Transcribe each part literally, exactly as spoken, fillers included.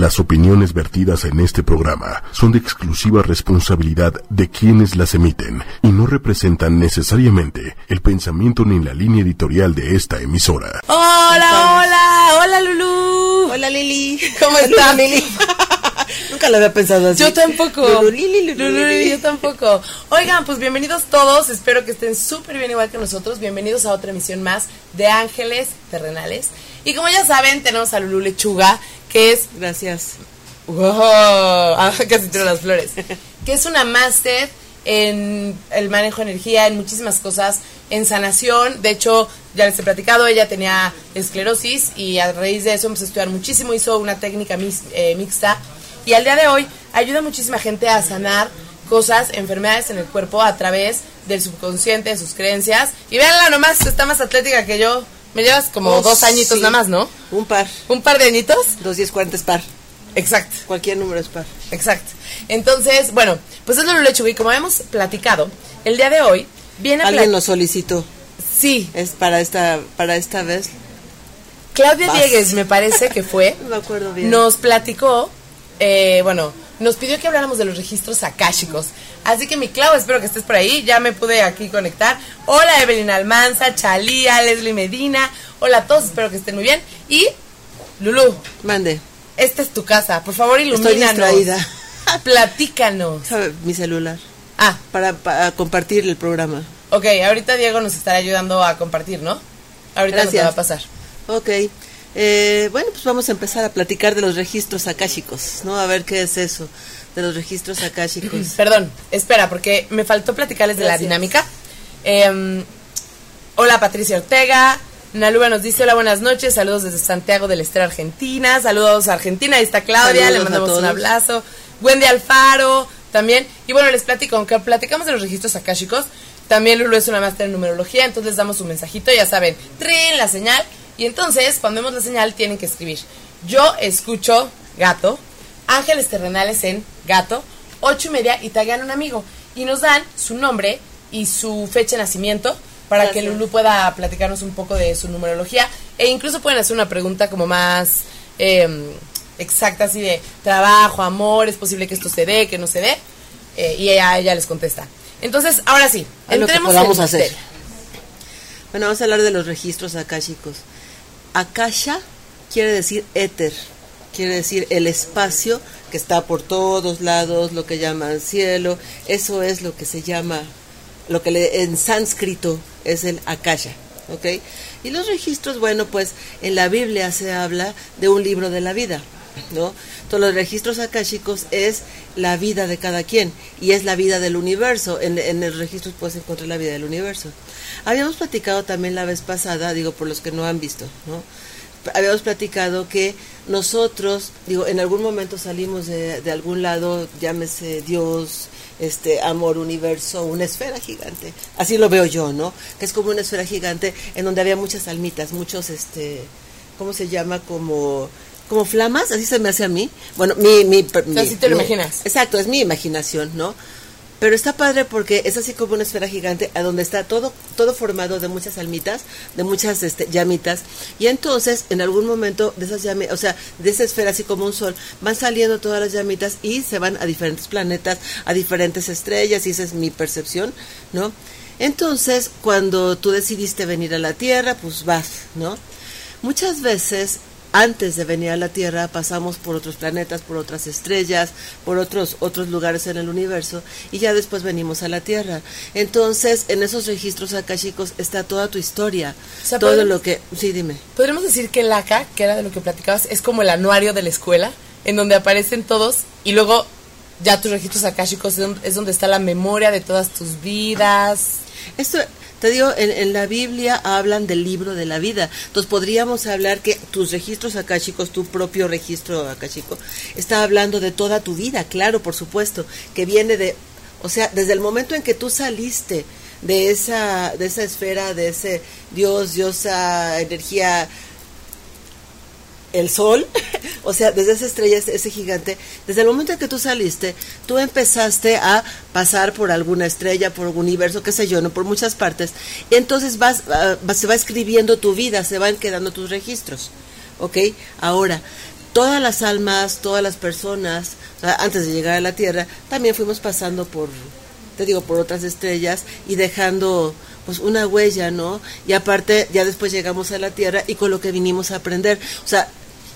Las opiniones vertidas en este programa son de exclusiva responsabilidad de quienes las emiten y no representan necesariamente el pensamiento ni la línea editorial de esta emisora. Hola, hola, hola Lulú. Hola Lili. ¿Cómo estás, Lili? Nunca lo había pensado así. Yo tampoco. Lulú, Lili, Lulú, Lulú, Lili. yo tampoco. Oigan, pues bienvenidos todos. Espero que estén súper bien igual que nosotros. Bienvenidos a otra emisión más de Ángeles Terrenales. Y como ya saben, tenemos a Lulú Lechuga, que es... Gracias. ¡Wow! Ah, casi tiro las flores. Que es una máster en el manejo de energía, en muchísimas cosas, en sanación. De hecho, ya les he platicado, ella tenía esclerosis y a raíz de eso empezó a estudiar muchísimo, hizo una técnica mix, eh, mixta. Y al día de hoy ayuda a muchísima gente a sanar cosas, enfermedades en el cuerpo a través del subconsciente, de sus creencias. Y véanla nomás, está más atlética que yo. Me llevas como oh, dos añitos sí. Nada más, ¿no? Un par. ¿Un par de añitos? Dos, diez, cuarenta es par. Exacto. Cualquier número es par. Exacto. Entonces, bueno, pues es Lulú Lechuga y como hemos platicado, el día de hoy viene a... Alguien lo solicitó. Sí. Es para esta, para esta vez. Claudia Vas. Diegues, me parece que fue. No me acuerdo bien. Nos platicó, eh, bueno, nos pidió que habláramos de los registros akáshicos. Así que mi Clau, espero que estés por ahí, ya me pude aquí conectar. Hola Evelyn Almanza, Chalía, Leslie Medina, hola a todos, espero que estén muy bien. Y, Lulú. Mande. Esta es tu casa, por favor ilumínanos. Estoy distraída. Platícanos. Mi celular. Ah. Para, para compartir el programa. Ok, ahorita Diego nos estará ayudando a compartir, ¿no? Ahorita nos va a pasar. Ok. Eh, bueno, pues vamos a empezar a platicar de los registros akáshicos, ¿no? A ver qué es eso, de los registros akáshicos. Perdón, espera, porque me faltó platicarles Gracias. de la dinámica. Eh, hola Patricia Ortega. Naluba nos dice, hola, buenas noches, saludos desde Santiago del Estero, Argentina, saludos a Argentina, ahí está Claudia, saludos, le mandamos un abrazo, Wendy Alfaro, también, y bueno, les platico, aunque platicamos de los registros akáshicos, también Lulú es una máster en numerología, entonces les damos un mensajito, ya saben, trin, la señal, y entonces, cuando vemos la señal, tienen que escribir, yo escucho gato, ángeles terrenales en gato, ocho y media, y taguean un amigo, y nos dan su nombre y su fecha de nacimiento, para Gracias. que Lulú pueda platicarnos un poco de su numerología e incluso pueden hacer una pregunta como más eh, exacta, así de trabajo, amor, es posible que esto se dé, que no se dé, eh, y ella, ella les contesta. Entonces, ahora sí, es entremos lo que podamos en hacer. Bueno, vamos a hablar de los registros akáshicos. Akasha quiere decir éter, quiere decir el espacio que está por todos lados, lo que llaman cielo, eso es lo que se llama... lo que le, en sánscrito es el Akasha, ¿ok? Y los registros, bueno, pues en la Biblia se habla de un libro de la vida, ¿no? Entonces los registros akáshicos es la vida de cada quien y es la vida del universo. En, en el registro puedes encontrar la vida del universo. Habíamos platicado también la vez pasada, digo, por los que no han visto, ¿no? Habíamos platicado que nosotros, digo, en algún momento salimos de, de algún lado, llámese Dios, este amor, universo, una esfera gigante, así lo veo yo, ¿no? Que es como una esfera gigante en donde había muchas almitas, muchos, este, ¿cómo se llama? Como, como flamas, así se me hace a mí. Bueno, mi, mi, mi así te lo mi, imaginas. Exacto, es mi imaginación, ¿no? Pero está padre porque es así como una esfera gigante a donde está todo todo formado de muchas almitas, de muchas este, llamitas. Y entonces, en algún momento de esas llamitas, o sea, de esa esfera así como un sol, van saliendo todas las llamitas y se van a diferentes planetas, a diferentes estrellas, y esa es mi percepción, ¿no? Entonces, cuando tú decidiste venir a la Tierra, pues vas, ¿no? Muchas veces... antes de venir a la Tierra pasamos por otros planetas, por otras estrellas, por otros otros lugares en el universo y ya después venimos a la Tierra. Entonces, en esos registros akáshicos está toda tu historia, o sea, todo lo que... Sí, dime. ¿Podríamos decir que el Aka, que era de lo que platicabas, es como el anuario de la escuela, en donde aparecen todos y luego ya tus registros akáshicos es donde está la memoria de todas tus vidas? Esto... Te digo, en, en la Biblia hablan del libro de la vida. Entonces podríamos hablar que tus registros akáshicos, tu propio registro akáshico, está hablando de toda tu vida, claro, por supuesto, que viene de, o sea, desde el momento en que tú saliste de esa, de esa esfera, de ese Dios, diosa, energía, el sol, o sea, desde esa estrella, ese gigante, desde el momento en que tú saliste, tú empezaste a pasar por alguna estrella, por algún universo, qué sé yo, no, por muchas partes, y entonces vas, uh, se va escribiendo tu vida, se van quedando tus registros, ¿ok? Ahora, todas las almas, todas las personas, o sea, antes de llegar a la Tierra, también fuimos pasando por, te digo, por otras estrellas y dejando pues una huella, ¿no? Y aparte, ya después llegamos a la Tierra y con lo que vinimos a aprender. O sea,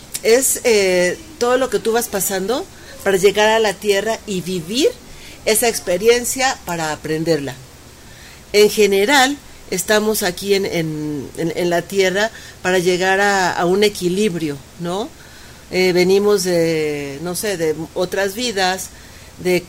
es eh, todo lo que tú vas pasando para llegar a la Tierra y vivir esa experiencia para aprenderla. En general, estamos aquí en, en, en, en la Tierra para llegar a, a un equilibrio, ¿no? Eh, venimos de, no sé, de otras vidas, de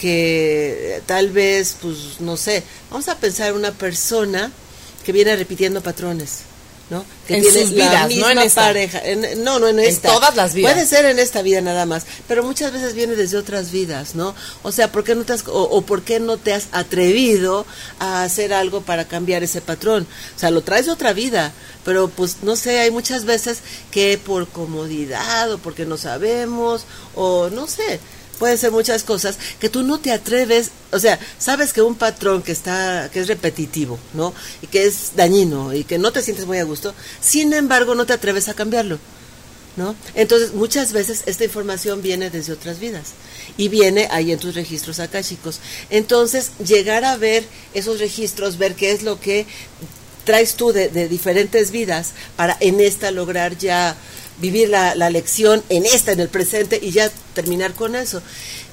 que tal vez, pues, no sé, vamos a pensar una persona que viene repitiendo patrones, ¿no? Que en tiene sus vidas, la misma no en esta. pareja. En, no, no en esta. En todas las vidas. Puede ser en esta vida nada más, pero muchas veces viene desde otras vidas, ¿no? O sea, ¿por qué no te has, o, o por qué no te has atrevido a hacer algo para cambiar ese patrón? O sea, lo traes de otra vida, pero pues no sé, hay muchas veces que por comodidad o porque no sabemos o no sé, pueden ser muchas cosas que tú no te atreves, o sea, sabes que un patrón que está, que es repetitivo, ¿no? Y que es dañino y que no te sientes muy a gusto, sin embargo no te atreves a cambiarlo, ¿no? Entonces muchas veces esta información viene desde otras vidas y viene ahí en tus registros akáshicos. Entonces llegar a ver esos registros, ver qué es lo que traes tú de, de diferentes vidas para en esta lograr ya vivir la, la lección en esta, en el presente, y ya terminar con eso.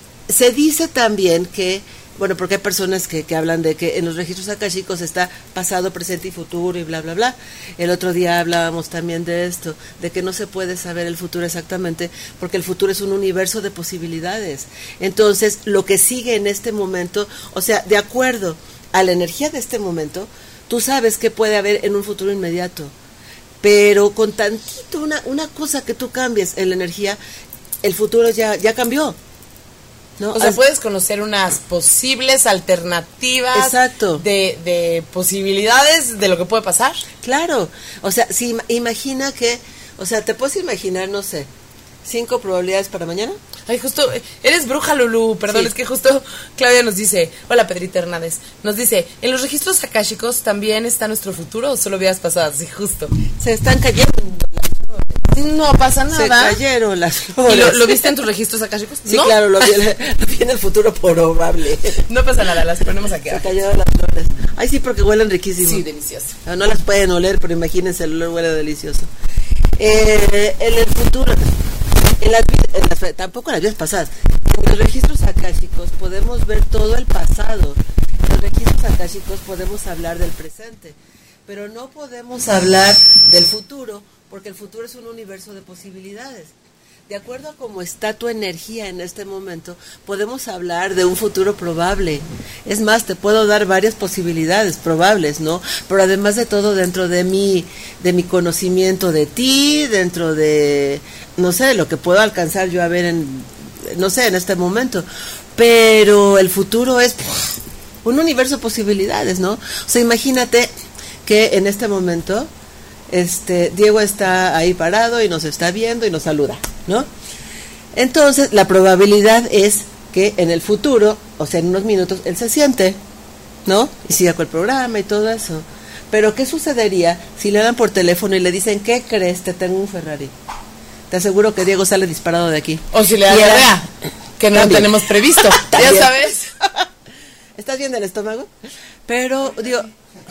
Se dice también que, bueno, porque hay personas que, que hablan de que en los registros akáshicos está pasado, presente y futuro y bla, bla, bla. El otro día hablábamos también de esto, de que no se puede saber el futuro exactamente, porque el futuro es un universo de posibilidades. Entonces, lo que sigue en este momento, o sea, de acuerdo a la energía de este momento, tú sabes qué puede haber en un futuro inmediato. Pero con tantito, una, una cosa que tú cambies en la energía, el futuro ya, ya cambió, ¿no? O sea, puedes conocer unas posibles alternativas. Exacto. De, de posibilidades de lo que puede pasar. Claro, o sea, si imagina que, o sea, te puedes imaginar, no sé, cinco probabilidades para mañana. Ay, justo, eres bruja, Lulú, perdón, sí. Es que justo Claudia nos dice, hola Pedrita Hernández, nos dice, ¿en los registros akáshicos también está nuestro futuro o solo vidas pasadas? Sí, justo. Se están cayendo las flores. No pasa nada. Se cayeron las flores. ¿Y lo, lo viste en tus registros akáshicos? Sí, ¿no? claro, lo vi, lo vi en el futuro probable. No pasa nada, las ponemos aquí. Se cayeron las flores. Ay, sí, porque huelen riquísimo. Sí, delicioso. No, no las pueden oler, pero imagínense, el olor huele delicioso. Eh, en el futuro... En las, en las, tampoco en las vidas pasadas. En los registros akáshicos podemos ver todo el pasado. En los registros akáshicos podemos hablar del presente, pero no podemos hablar del futuro, porque el futuro es un universo de posibilidades. De acuerdo a cómo está tu energía en este momento, podemos hablar de un futuro probable. Es más, te puedo dar varias posibilidades probables, ¿no? Pero además de todo, dentro de mi, de mi conocimiento de ti, dentro de, no sé, lo que puedo alcanzar yo a ver en, no sé, en este momento. Pero el futuro es un universo de posibilidades, ¿no? O sea, imagínate que en este momento... Este, Diego está ahí parado y nos está viendo y nos saluda, ¿no? Entonces, la probabilidad es que en el futuro, o sea, en unos minutos, él se siente, ¿no? Y siga con el programa y todo eso. Pero, ¿qué sucedería si le dan por teléfono y le dicen, ¿qué crees? Te tengo un Ferrari. Te aseguro que Diego sale disparado de aquí. O si le da diarrea, que no también. Tenemos previsto, ya sabes. ¿Estás bien del estómago? Pero, digo...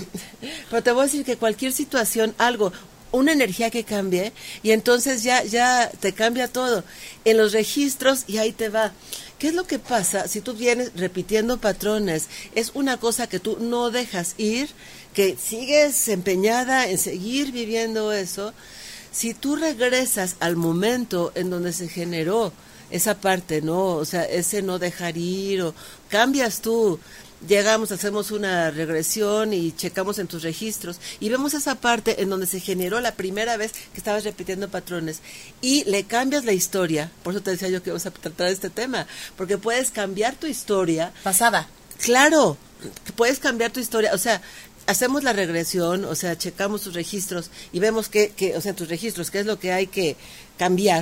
Pero te voy a decir que cualquier situación, algo, una energía que cambie, y entonces ya, ya te cambia todo. En los registros, y ahí te va. ¿Qué es lo que pasa si tú vienes repitiendo patrones? Es una cosa que tú no dejas ir, que sigues empeñada en seguir viviendo eso. Si tú regresas al momento en donde se generó esa parte, ¿no? O sea, ese no dejar ir, o cambias tú. Llegamos, hacemos una regresión y checamos en tus registros y vemos esa parte en donde se generó la primera vez que estabas repitiendo patrones y le cambias la historia. Por eso te decía yo que vamos a tratar este tema, porque puedes cambiar tu historia pasada. Claro, puedes cambiar tu historia, o sea, hacemos la regresión, o sea, checamos tus registros y vemos que, que o sea, tus registros, qué es lo que hay que cambiar.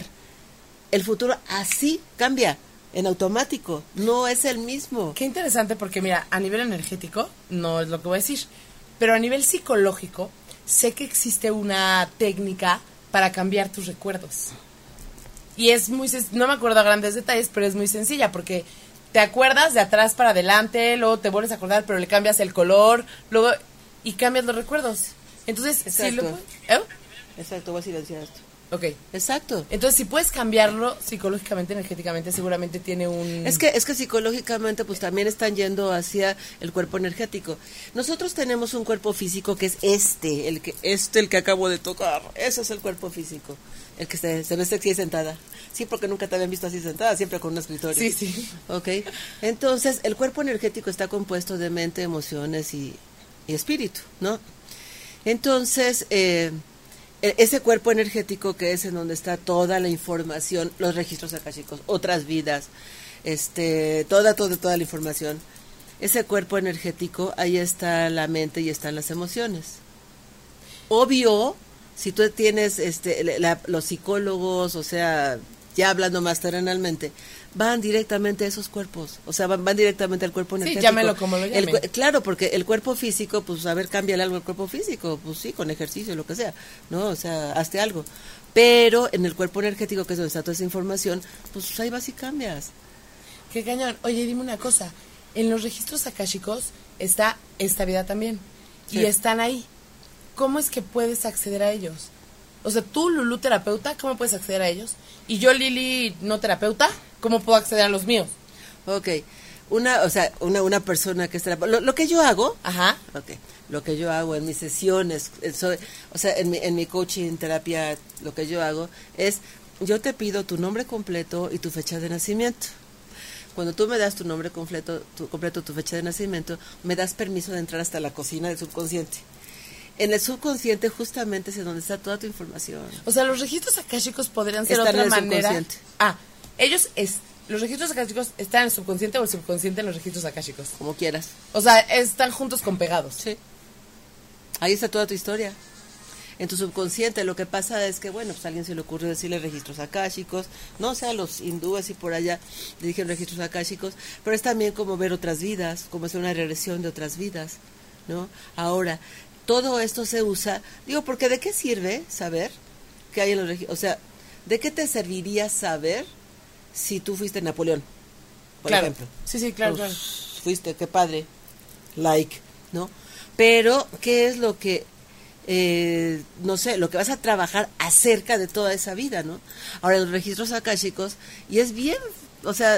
El futuro así cambia. En automático, no es el mismo. Qué interesante, porque mira, a nivel energético, no es lo que voy a decir, pero a nivel psicológico, sé que existe una técnica para cambiar tus recuerdos. y es muy, no me acuerdo a grandes detalles, pero es muy sencilla, porque te acuerdas de atrás para adelante, luego te vuelves a acordar, pero le cambias el color, luego, y cambias los recuerdos. Entonces, exacto. si lo ¿eh? Exacto, voy a silenciar esto. Ok. Exacto. Entonces, si puedes cambiarlo psicológicamente, energéticamente, seguramente tiene un... Es que, es que psicológicamente, pues también están yendo hacia el cuerpo energético. Nosotros tenemos un cuerpo físico que es este, el que, este, el que acabo de tocar. Ese es el cuerpo físico. El que se, se ve sexy sentada. Sí, porque nunca te habían visto así sentada, siempre con un escritorio. Sí, sí. Ok. Entonces, el cuerpo energético está compuesto de mente, emociones y, y espíritu, ¿no? Entonces, eh... ese cuerpo energético que es en donde está toda la información, los registros akáshicos, otras vidas, este, toda, toda, toda la información. Ese cuerpo energético, ahí está la mente y están las emociones. Obvio, si tú tienes este, la, los psicólogos, o sea, ya hablando más terrenalmente, van directamente a esos cuerpos, o sea, van, van directamente al cuerpo energético. Sí, llámelo como lo llamen. El, claro, porque el cuerpo físico, pues, a ver, cámbiale algo al cuerpo físico, pues sí, con ejercicio, lo que sea, ¿no? O sea, hazte algo. Pero en el cuerpo energético, que es donde está toda esa información, pues ahí vas y cambias. Qué cañón. Oye, dime una cosa, en los registros akáshicos está esta vida también, sí. Y están ahí. ¿Cómo es que puedes acceder a ellos? O sea, tú, Lulú, terapeuta, ¿cómo puedes acceder a ellos? Y yo, Lili, no terapeuta, ¿cómo puedo acceder a los míos? Ok, una, o sea, una, una persona que es terapeuta, lo, lo que yo hago, ajá, okay, lo que yo hago en mis sesiones, soy, o sea, en mi, en mi coaching, terapia, lo que yo hago es, yo te pido tu nombre completo y tu fecha de nacimiento. Cuando tú me das tu nombre completo, tu, completo, tu fecha de nacimiento, me das permiso de entrar hasta la cocina del subconsciente. En el subconsciente justamente es donde está toda tu información. O sea, los registros akáshicos podrían ser están otra en el manera. Subconsciente. Ah, ellos es, los registros akáshicos están en el subconsciente o el subconsciente en los registros akáshicos. Como quieras. O sea, están juntos con pegados. Sí. Ahí está toda tu historia. En tu subconsciente lo que pasa es que, bueno, pues a alguien se le ocurrió decirle registros akáshicos, no, o sea, los hindúes y por allá le dijeron registros akáshicos, pero es también como ver otras vidas, como hacer una regresión de otras vidas, ¿no? Ahora, todo esto se usa, digo, porque ¿de qué sirve saber que hay en los registros? O sea, ¿de qué te serviría saber si tú fuiste Napoleón, por claro. ejemplo? Sí, sí, claro, pues, claro. Fuiste, qué padre, like, ¿no? Pero, ¿qué es lo que, eh, no sé, lo que vas a trabajar acerca de toda esa vida, ¿no? Ahora, los registros akáshicos, y es bien, o sea,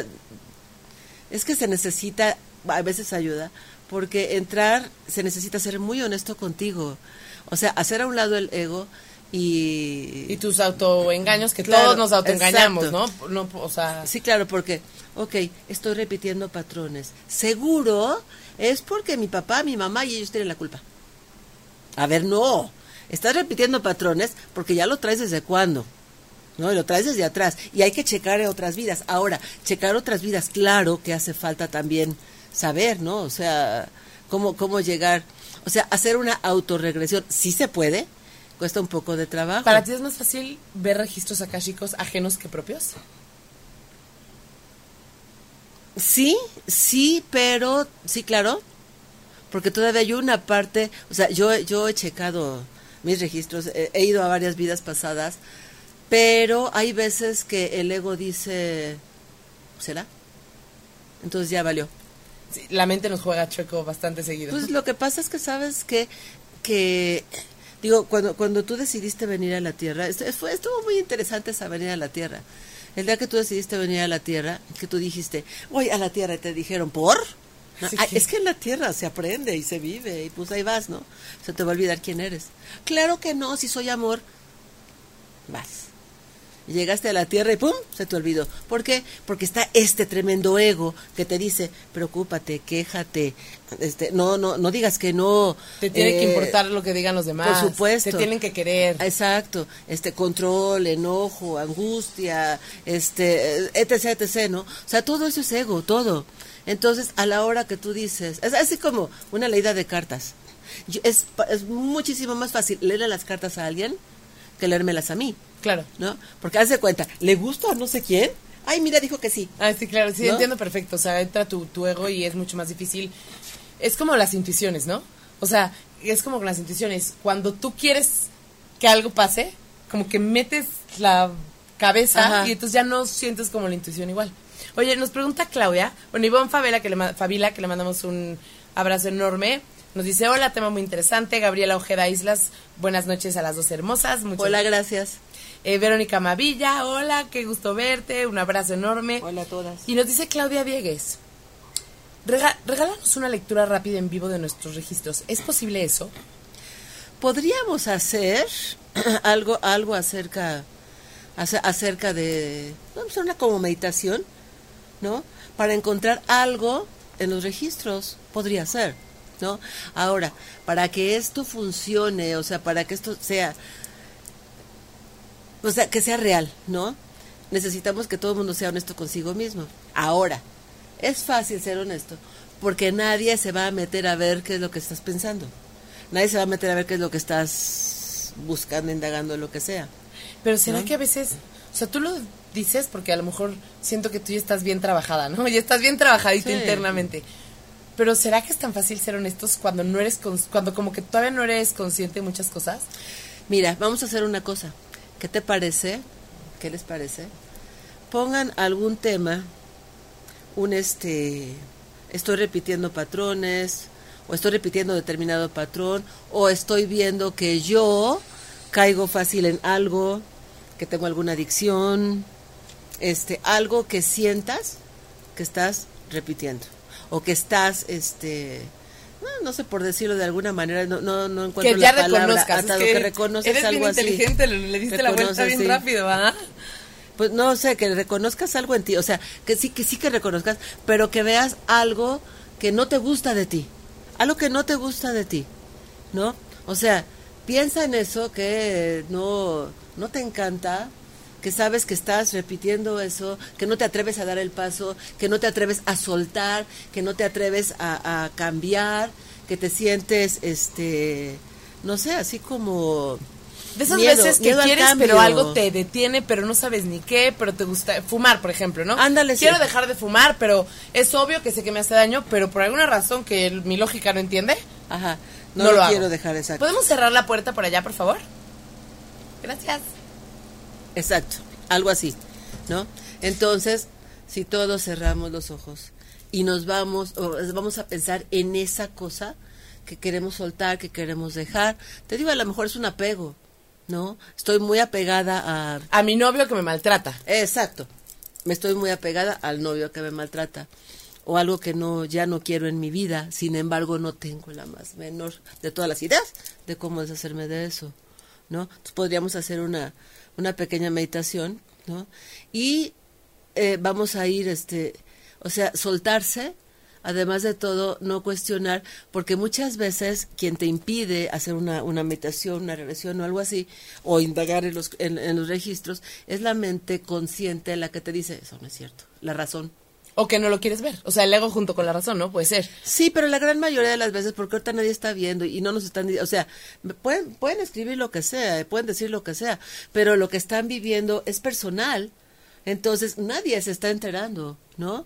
es que se necesita, a veces ayuda, porque entrar se necesita ser muy honesto contigo, o sea, hacer a un lado el ego y y tus autoengaños, que claro, todos nos autoengañamos, ¿no? exacto. No, o sea, sí, claro, porque, ok, estoy repitiendo patrones, seguro es porque mi papá, mi mamá y ellos tienen la culpa. A ver, no, estás repitiendo patrones porque ya lo traes desde cuándo, ¿no? Y lo traes desde atrás y hay que checar otras vidas. Ahora, checar otras vidas, claro que hace falta también saber, ¿no? O sea, cómo, cómo llegar, o sea, hacer una autorregresión, sí se puede, cuesta un poco de trabajo. ¿Para ti es más fácil ver registros akáshicos ajenos que propios? Sí, sí, pero, sí, claro, porque todavía hay una parte, o sea, yo, yo he checado mis registros, he, he ido a varias vidas pasadas, pero hay veces que el ego dice, ¿será? Entonces ya valió. Sí, la mente nos juega chueco bastante seguido. Pues lo que pasa es que sabes que, que digo, cuando cuando tú decidiste venir a la Tierra, esto, fue, estuvo muy interesante esa venida a la Tierra. El día que tú decidiste venir a la Tierra, que tú dijiste, voy a la Tierra, y te dijeron, ¿por? ¿No? Sí. Ay, es que en la Tierra se aprende y se vive, y pues ahí vas, ¿no? Se te va a olvidar quién eres. Claro que no, si soy amor, vas. Y llegaste a la Tierra y ¡pum! Se te olvidó. ¿Por qué? Porque está este tremendo ego que te dice, preocúpate, quéjate, este, no, no, no digas que no. Te tiene eh, que importar lo que digan los demás. Por supuesto. Te tienen que querer. Exacto. Este, control, enojo, angustia, este, etc, etc, ¿no? O sea, todo eso es ego, todo. Entonces, a la hora que tú dices, es así como una leída de cartas. Yo, es, es muchísimo más fácil leerle las cartas a alguien que leérmelas a mí. Claro. ¿No? Porque haz de cuenta, ¿le gusta a no sé quién? Ay, mira, dijo que sí. Ah, sí, claro, sí, ¿no? entiendo perfecto. O sea, entra tu, tu ego y es mucho más difícil. Es como las intuiciones, ¿no? O sea, es como con las intuiciones. Cuando tú quieres que algo pase, como que metes la cabeza, Ajá. y entonces ya no sientes como la intuición igual. Oye, nos pregunta Claudia, bueno, Ivonne Favela, que le, ma- Favila, que le mandamos un abrazo enorme, nos dice, hola, tema muy interesante. Gabriela Ojeda Islas, buenas noches a las dos hermosas. Muchas Hola, gracias. Eh, Verónica Mavilla, hola, qué gusto verte, un abrazo enorme. Hola a todas. Y nos dice Claudia Diegues, Rega- regálanos una lectura rápida en vivo de nuestros registros. ¿Es posible eso? Podríamos hacer algo algo acerca ace- acerca de, vamos a hacer una como meditación, ¿no? Para encontrar algo en los registros, podría ser, ¿no? Ahora, para que esto funcione, o sea, para que esto sea, o sea, que sea real, ¿no? Necesitamos que todo el mundo sea honesto consigo mismo. Ahora, es fácil ser honesto, porque nadie se va a meter a ver qué es lo que estás pensando. Nadie se va a meter a ver qué es lo que estás buscando, indagando, lo que sea. Pero ¿será ¿no? que a veces, o sea, tú lo dices porque a lo mejor siento que tú ya estás bien trabajada, ¿no? Ya estás bien trabajadita Sí. internamente. Pero ¿será que es tan fácil ser honestos cuando no eres, cons- cuando como que todavía no eres consciente de muchas cosas? Mira, vamos a hacer una cosa. ¿Qué te parece? ¿Qué les parece? Pongan algún tema, un este, estoy repitiendo patrones, o estoy repitiendo determinado patrón, o estoy viendo que yo caigo fácil en algo, que tengo alguna adicción, este, algo que sientas que estás repitiendo, o que estás, este, no, no sé por decirlo de alguna manera, no, no, no encuentro Que ya la palabra, reconozcas. hasta es lo que que reconoces eres algo bien así. inteligente, le, le diste la vuelta Reconoces, bien sí. rápido, ¿verdad? Pues no sé, que reconozcas algo en ti, o sea, que sí, que sí que reconozcas, pero que veas algo que no te gusta de ti, algo que no te gusta de ti, ¿no? O sea, piensa en eso que no, no te encanta, que sabes que estás repitiendo eso, que no te atreves a dar el paso, que no te atreves a soltar, que no te atreves a, a cambiar, que te sientes, este, no sé, así como... De esas Miedo, veces que miedo al quieres, cambio. pero algo te detiene, pero no sabes ni qué, pero te gusta fumar, por ejemplo, ¿no? Ándale, sí. Quiero dejar de fumar, pero es obvio que sé que me hace daño, pero por alguna razón que el- mi lógica no entiende, Ajá, no, no, lo, lo hago. quiero dejar, exacto. ¿Podemos cerrar la puerta por allá, por favor? Gracias. Exacto, algo así, ¿no? Entonces, si todos cerramos los ojos y nos vamos, o vamos a pensar en esa cosa que queremos soltar, que queremos dejar, te digo, a lo mejor es un apego, ¿no? Estoy muy apegada a... A mi novio que me maltrata. Exacto, me estoy muy apegada al novio que me maltrata, o algo que no ya no quiero en mi vida, sin embargo no tengo la más menor de todas las ideas de cómo deshacerme de eso, ¿no? Entonces podríamos hacer una, una pequeña meditación, ¿no? Y eh, vamos a ir, este, o sea, soltarse, además de todo, no cuestionar, porque muchas veces quien te impide hacer una, una meditación, una regresión o algo así, o indagar en los, en, en los registros, es la mente consciente la que te dice, eso no es cierto, la razón. O que no lo quieres ver. O sea, el ego junto con la razón, ¿no? Puede ser. Sí, pero la gran mayoría de las veces, porque ahorita nadie está viendo y no nos están, o sea, pueden, pueden escribir lo que sea, pueden decir lo que sea, pero lo que están viviendo es personal, entonces nadie se está enterando, ¿no?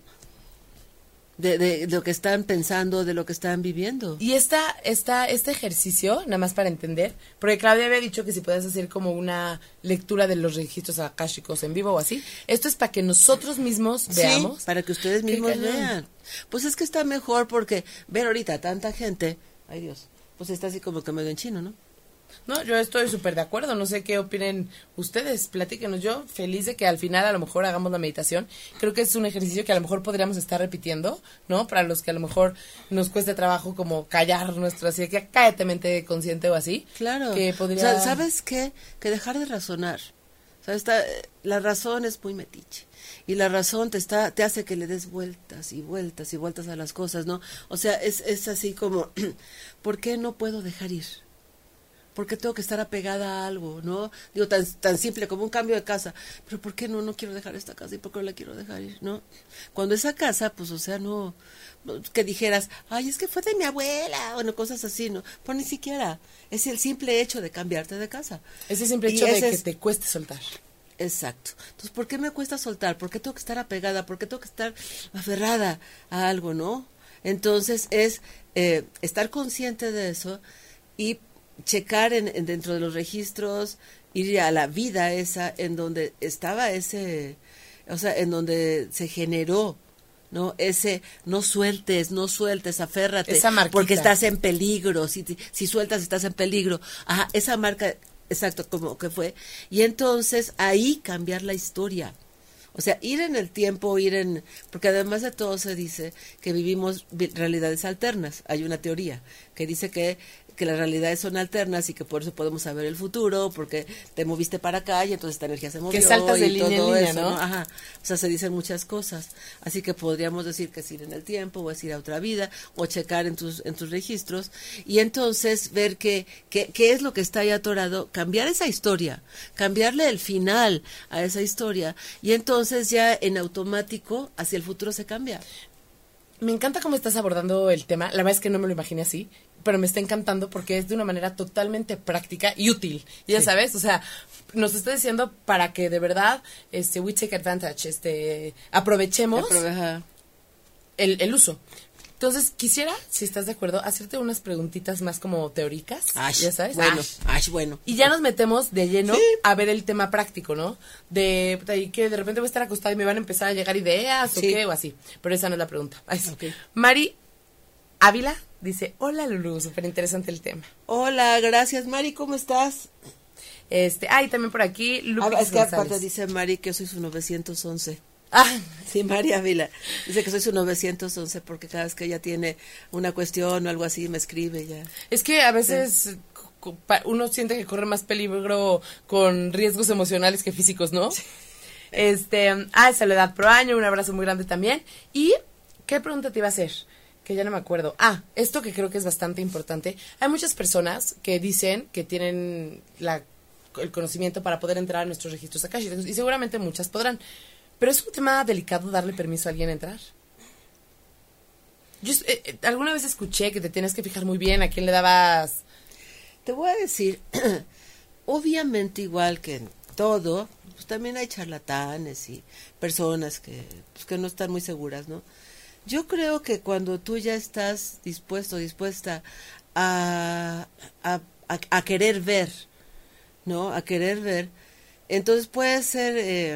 De, de, de lo que están pensando, de lo que están viviendo. Y esta, esta, este ejercicio, nada más para entender, porque Claudia había dicho que si puedes hacer como una lectura de los registros akáshicos en vivo o así, esto es para que nosotros mismos veamos. Sí, para que ustedes Qué mismos cañón. vean. Pues es que está mejor porque ver ahorita tanta gente, ay Dios, pues está así como que medio en chino, ¿no? No, yo estoy súper de acuerdo, no sé qué opinen ustedes, platíquenos. Yo feliz de que al final a lo mejor hagamos la meditación. Creo que es un ejercicio que a lo mejor podríamos estar repitiendo, ¿no? Para los que a lo mejor nos cueste trabajo como callar nuestro, así que cállate mente consciente o así. Claro. Que podría... O sea, ¿sabes qué? Que dejar de razonar. O sea, está, la razón es muy metiche. Y la razón te está te hace que le des vueltas y vueltas y vueltas a las cosas, ¿no? O sea, es, es así como, ¿por qué no puedo dejar ir? ¿Por qué tengo que estar apegada a algo, no? Digo, tan, tan simple como un cambio de casa. Pero ¿por qué no? No quiero dejar esta casa. ¿Y por qué no la quiero dejar ir, no? Cuando esa casa, pues, o sea, no... Que dijeras, ay, es que fue de mi abuela, bueno, cosas así, ¿no? Pues ni siquiera. Es el simple hecho de cambiarte de casa. Ese simple Y hecho de ese que es- te cueste soltar. Exacto. Entonces, ¿por qué me cuesta soltar? ¿Por qué tengo que estar apegada? ¿Por qué tengo que estar aferrada a algo, no? Entonces, es eh, estar consciente de eso y checar en, en dentro de los registros, ir a la vida esa en donde estaba ese, o sea, en donde se generó, ¿no? Ese, no sueltes, no sueltes, aférrate, esa marquita, porque estás en peligro, si, si sueltas estás en peligro. Ajá, esa marca, exacto, como que fue. Y entonces ahí cambiar la historia. O sea, ir en el tiempo, ir en... Porque además de todo se dice que vivimos realidades alternas. Hay una teoría que dice que, que las realidades son alternas y que por eso podemos saber el futuro, porque te moviste para acá y entonces esta energía se movió. Que saltas de y línea todo en línea, eso, ¿no? ¿no? Ajá. O sea, se dicen muchas cosas. Así que podríamos decir que es ir en el tiempo, o es ir a otra vida, o checar en tus en tus registros, y entonces ver qué que, que es lo que está ahí atorado, cambiar esa historia, cambiarle el final a esa historia, y entonces ya en automático hacia el futuro se cambia. Me encanta cómo estás abordando el tema. La verdad es que no me lo imaginé así, pero me está encantando porque es de una manera totalmente práctica y útil. Ya sí. sabes, o sea, nos está diciendo para que de verdad este we take advantage, este aprovechemos Aprove- el, el uso. Entonces, quisiera, si estás de acuerdo, hacerte unas preguntitas más como teóricas, Ash, ya sabes. Bueno, Ash. ash, bueno. Y ya nos metemos de lleno Sí. a ver el tema práctico, ¿no? De, de que de repente voy a estar acostada y me van a empezar a llegar ideas Sí. o qué, o así. Pero esa no es la pregunta. Ay, sí. Okay. Mari Ávila dice, hola Lulu, súper interesante el tema. Hola, gracias Mari, ¿cómo estás? Este, ah, y también por aquí, Lupis Ah, es que aparte González. dice Mari que yo soy su novecientos once. Ah, Sí, María Ávila. Dice que soy su novecientos once porque cada vez que ella tiene una cuestión o algo así me escribe ya. es que a veces cu- pa- uno siente que corre más peligro con riesgos emocionales que físicos, ¿no? Este, ah, Soledad Proaño, un abrazo muy grande también. ¿Y qué pregunta te iba a hacer? Que ya no me acuerdo. Ah, esto que creo que es bastante importante. Hay muchas personas que dicen que tienen la, el conocimiento para poder entrar a nuestros registros akáshicos y seguramente muchas podrán. Pero es un tema delicado darle permiso a alguien a entrar. Yo eh, eh, alguna vez escuché que te tienes que fijar muy bien a quién le dabas. Te voy a decir, obviamente igual que en todo, pues también hay charlatanes y personas que, pues, que no están muy seguras, ¿no? Yo creo que cuando tú ya estás dispuesto, dispuesta a, a, a, a querer ver, ¿no? A querer ver, entonces puede ser... Eh,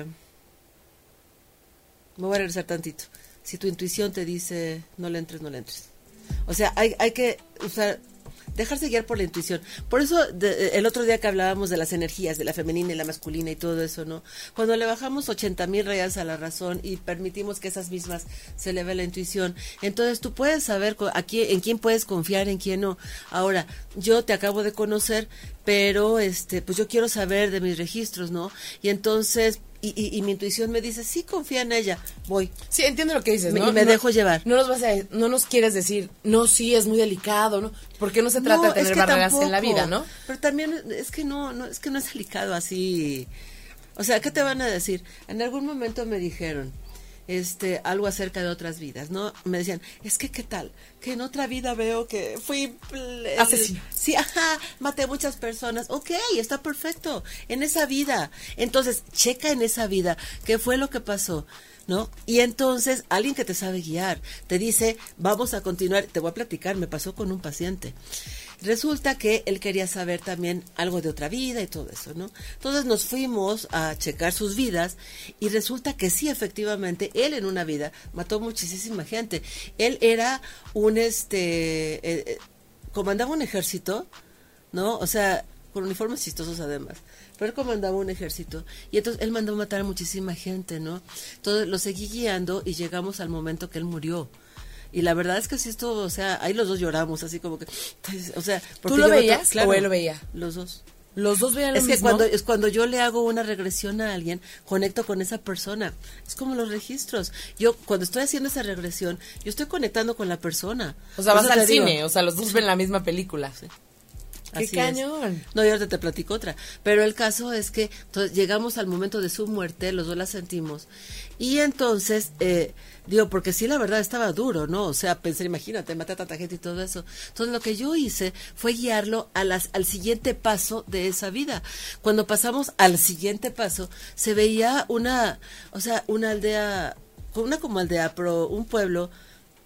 me voy a regresar tantito. Si tu intuición te dice no le entres, no le entres. O sea, hay, hay que usar, dejarse guiar por la intuición. Por eso de, el otro día que hablábamos de las energías, de la femenina y la masculina y todo eso, ¿no? Cuando le bajamos ochenta mil rayas a la razón y permitimos que esas mismas se eleve la intuición, entonces tú puedes saber a quién, en quién puedes confiar, en quién no. Ahora, yo te acabo de conocer, pero este, pues yo quiero saber de mis registros, ¿no? Y entonces... Y, y, y mi intuición me dice, sí, confía en ella, voy. Sí, entiendo lo que dices, Me- ¿no? y me No- dejo llevar. No nos vas a, no nos quieres decir, no, sí, es muy delicado, ¿no? Porque no se trata No, de tener es que barreras en la tampoco. vida, ¿no? Pero también es que no, no, es que no es delicado así. O sea, ¿qué te van a decir? En algún momento me dijeron, este, algo acerca de otras vidas, ¿no? Me decían, es que, ¿qué tal? Que en otra vida veo que fui... el- Asesino. Sí, ajá, maté a muchas personas. Ok, está perfecto. En esa vida. Entonces, checa en esa vida qué fue lo que pasó, ¿no? Y entonces, alguien que te sabe guiar, te dice, vamos a continuar. Te voy a platicar, me pasó con un paciente. Resulta que él quería saber también algo de otra vida y todo eso, ¿no? Entonces nos fuimos a checar sus vidas y resulta que sí, efectivamente, él en una vida mató muchísima gente. Él era un, este, eh, eh, comandaba un ejército, ¿no? O sea, con uniformes chistosos además. Pero él comandaba un ejército y entonces él mandó matar a muchísima gente, ¿no? Entonces lo seguí guiando y llegamos al momento que él murió. Y la verdad es que sí esto, o sea, ahí los dos lloramos, así como que, o sea, porque ¿Tú lo yo- veías claro, o él lo veía? Los dos. Los dos veían lo Es que mismo. cuando es cuando yo le hago una regresión a alguien, conecto con esa persona. Es como los registros. Yo cuando estoy haciendo esa regresión, yo estoy conectando con la persona. O sea, Por vas eso al te digo, cine, o sea, los dos ven la misma película. Sí. ¡Qué Así es. cañón! No, y ahorita te platico otra. Pero el caso es que entonces, llegamos al momento de su muerte, los dos la sentimos. Y entonces, eh, digo, porque sí, la verdad estaba duro, ¿no? O sea, pensé, imagínate, maté a tanta gente y todo eso. Entonces, lo que yo hice fue guiarlo a las, al siguiente paso de esa vida. Cuando pasamos al siguiente paso, se veía una, o sea, una aldea, una como aldea, pero un pueblo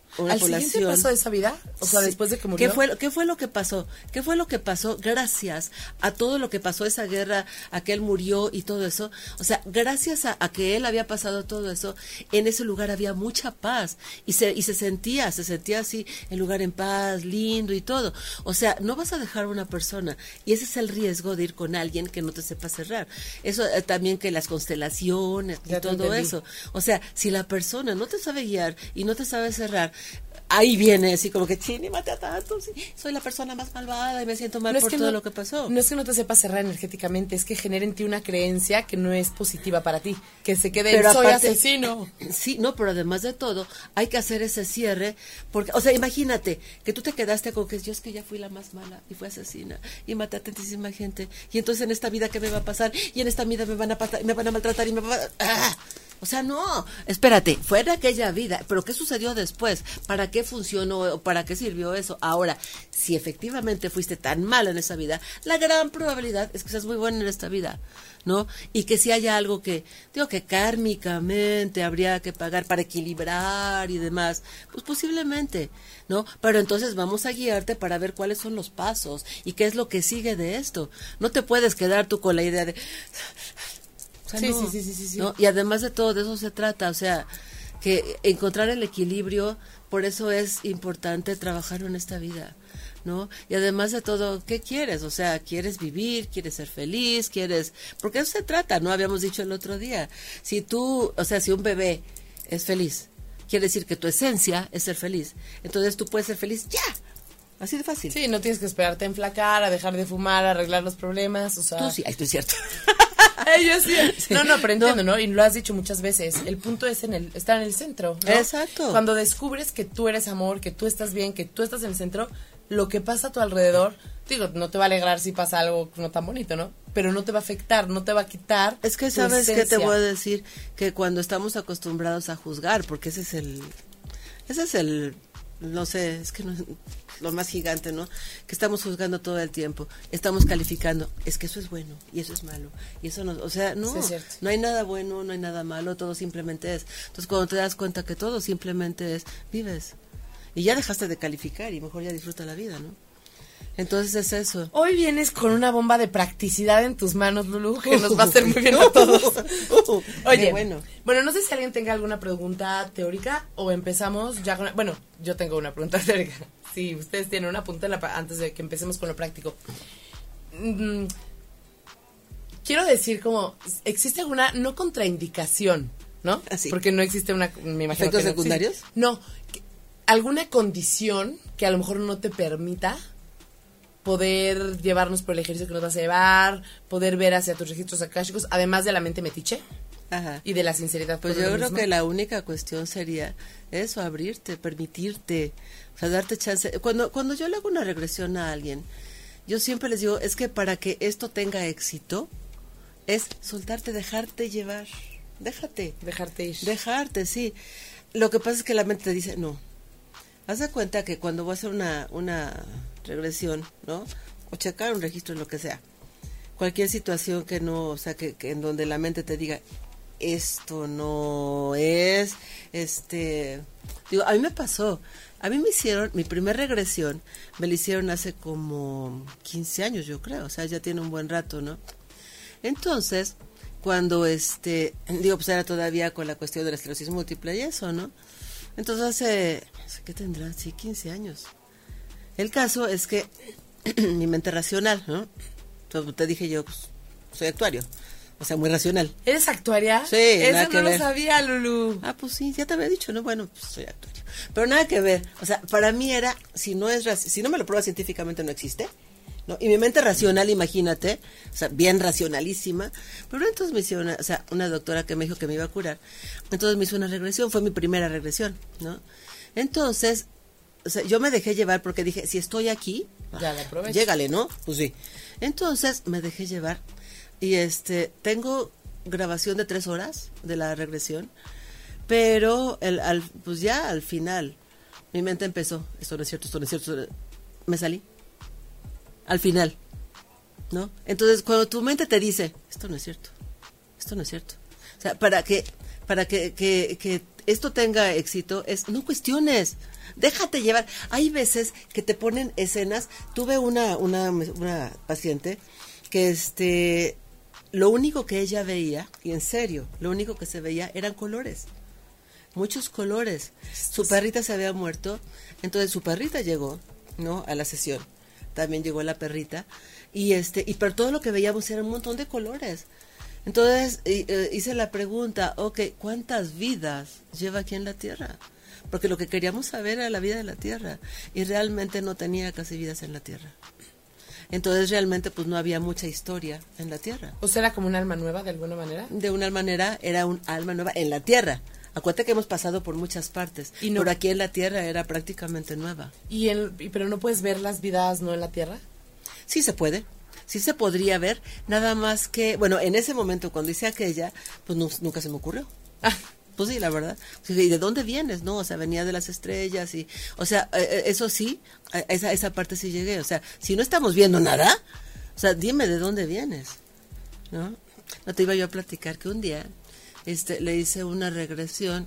una ¿Al población. siguiente paso de esa vida? O sea, Sí. después de que murió. ¿Qué fue, ¿Qué fue lo que pasó? ¿Qué fue lo que pasó gracias a todo lo que pasó, esa guerra, a que él murió y todo eso? O sea, gracias a, a que él había pasado todo eso, en ese lugar había mucha paz y se, y se sentía, se sentía así, el lugar en paz, lindo y todo. O sea, no vas a dejar a una persona y ese es el riesgo de ir con alguien que no te sepa cerrar. Eso eh, también que las constelaciones y Ya te todo entendí. eso. O sea, si la persona no te sabe guiar y no te sabe cerrar, ahí viene así como que, chini, mate a tanto, sí, soy la persona más malvada y me siento mal No es por que todo no- lo que pasó. No es que no te sepas cerrar energéticamente, es que genera en ti una creencia que no es positiva para ti, que se quede en Pero soy aparte- asesino. Sí, no, pero además de todo, hay que hacer ese cierre, porque, o sea, imagínate que tú te quedaste con que yo es que ya fui la más mala y fui asesina y maté a tantísima gente y entonces en esta vida qué me va a pasar y en esta vida me van a pasar, me van a maltratar y me van a... ¡Ah! O sea, no, espérate, fue en aquella vida, pero ¿qué sucedió después? ¿Para qué funcionó o para qué sirvió eso? Ahora, si efectivamente fuiste tan mala en esa vida, la gran probabilidad es que seas muy buena en esta vida, ¿no? Y que si haya algo que, digo, que kármicamente habría que pagar para equilibrar y demás, pues posiblemente, ¿no? Pero entonces vamos a guiarte para ver cuáles son los pasos y qué es lo que sigue de esto. No te puedes quedar tú con la idea de... O sea, Sí, no, sí, sí, sí, sí, sí. ¿no? Y además de todo, de eso se trata, o sea, que encontrar el equilibrio, por eso es importante trabajar en esta vida, ¿no? Y además de todo, ¿qué quieres? O sea, ¿quieres vivir? ¿Quieres ser feliz? ¿Quieres...? Porque eso se trata, ¿no? Habíamos dicho el otro día, si tú, o sea, si un bebé es feliz, quiere decir que tu esencia es ser feliz, entonces tú puedes ser feliz ya, así de fácil. Sí, no tienes que esperarte a enflacar, a dejar de fumar, a arreglar los problemas, o sea... Tú sí, ahí estoy cierto. Ay, yo sí. Sí. No, no, pero No. entiendo, ¿no? Y lo has dicho muchas veces. El punto es en el estar en el centro, ¿no? Exacto. Cuando descubres que tú eres amor, que tú estás bien, que tú estás en el centro, lo que pasa a tu alrededor, digo, no te va a alegrar si pasa algo no tan bonito, ¿no? Pero no te va a afectar, no te va a quitar. Es que tu sabes qué te esencia. voy a decir, que cuando estamos acostumbrados a juzgar, porque ese es el, ese es el, no sé, es que no, lo más gigante, ¿no? Que estamos juzgando todo el tiempo, estamos calificando, es que eso es bueno y eso es malo y eso no, o sea, no, Sí, es cierto. no hay nada bueno, no hay nada malo, todo simplemente es. Entonces cuando te das cuenta que todo simplemente es, vives y ya dejaste de calificar y mejor ya disfruta la vida, ¿no? Entonces es eso. Hoy vienes con una bomba de practicidad en tus manos, Lulu, que nos va a hacer muy bien a todos. Oye, Qué bueno. bueno. no sé si alguien tenga alguna pregunta teórica o empezamos ya con... Bueno, yo tengo una pregunta teórica. Sí, ustedes tienen una punta en la pa- antes de que empecemos con lo práctico. Mm, quiero decir como, ¿existe alguna, no contraindicación, ¿no? Ah, sí. Porque no existe una, me imagino ¿Efectos que no secundarios? existe. No, que- alguna condición que a lo mejor no te permita poder llevarnos por el ejercicio que nos vas a llevar, poder ver hacia tus registros akáshicos, además de la mente metiche Ajá. y de la sinceridad. Pues por yo uno creo mismo. que la única cuestión sería eso, abrirte, permitirte, o sea, darte chance. Cuando, cuando yo le hago una regresión a alguien, yo siempre les digo, es que para que esto tenga éxito, es soltarte, dejarte llevar, déjate, Dejarte ir. dejarte, sí. Lo que pasa es que la mente te dice, no. Haz de cuenta que cuando voy a hacer una, una regresión, ¿no? O checar un registro, lo que sea. Cualquier situación que no, o sea, que, que en donde la mente te diga, esto no es, este, digo, a mí me pasó, a mí me hicieron, mi primer regresión, me la hicieron hace como quince años, yo creo, o sea, ya tiene un buen rato, ¿no? Entonces, cuando este, digo, pues era todavía con la cuestión de la esclerosis múltiple y eso, ¿no? Entonces hace, ¿qué tendrán? Sí, quince años. El caso es que mi mente racional, ¿no? Como te dije yo, pues, soy actuario, o sea, muy racional. ¿Eres actuaria? Sí, Eso nada no que lo ver. sabía, Lulu. Ah, pues sí, ya te había dicho, ¿no? Bueno, pues soy actuario. Pero nada que ver, o sea, para mí era, si no es, raci- si no me lo prueba científicamente no existe, ¿no? Y mi mente racional, imagínate, o sea, bien racionalísima, pero entonces me hicieron, una, o sea, una doctora que me dijo que me iba a curar, entonces me hizo una regresión, fue mi primera regresión, ¿no? Entonces, o sea, yo me dejé llevar porque dije, si estoy aquí, Ya la aprovecho. llégale, ¿no? Pues sí. Entonces me dejé llevar y este, tengo grabación de tres horas de la regresión, pero el, al, pues ya al final mi mente empezó, esto no es cierto, esto no es cierto, esto no es- me salí. Al final, ¿no? Entonces, cuando tu mente te dice, esto no es cierto, esto no es cierto. O sea, para que, para que, que, que esto tenga éxito es no cuestiones, déjate llevar. Hay veces que te ponen escenas. Tuve una, una, una paciente que este, lo único que ella veía, y en serio, lo único que se veía eran colores. Muchos colores. Su perrita se había muerto, entonces su perrita llegó, ¿no? A la sesión. También llegó la perrita y este y pero todo lo que veíamos era un montón de colores. Entonces y, eh, hice la pregunta, okay, ¿cuántas vidas lleva aquí en la Tierra? Porque lo que queríamos saber era la vida de la Tierra y realmente no tenía casi vidas en la Tierra. Entonces realmente pues no había mucha historia en la Tierra. ¿O sea, era como un alma nueva de alguna manera? De una manera era un alma nueva en la Tierra. Acuérdate que hemos pasado por muchas partes, y no, pero aquí en la Tierra era prácticamente nueva. ¿Y el, pero no puedes ver las vidas no en la Tierra? Sí se puede, sí se podría ver, nada más que, bueno, en ese momento cuando hice aquella, pues no, nunca se me ocurrió. Ah. Pues sí, la verdad. ¿Y de dónde vienes? No, o sea, venía de las estrellas y, o sea, eh, eso sí, esa esa parte sí llegué. O sea, si no estamos viendo nada, o sea, dime de dónde vienes, ¿no? No te iba yo a platicar que un día Este, le hice una regresión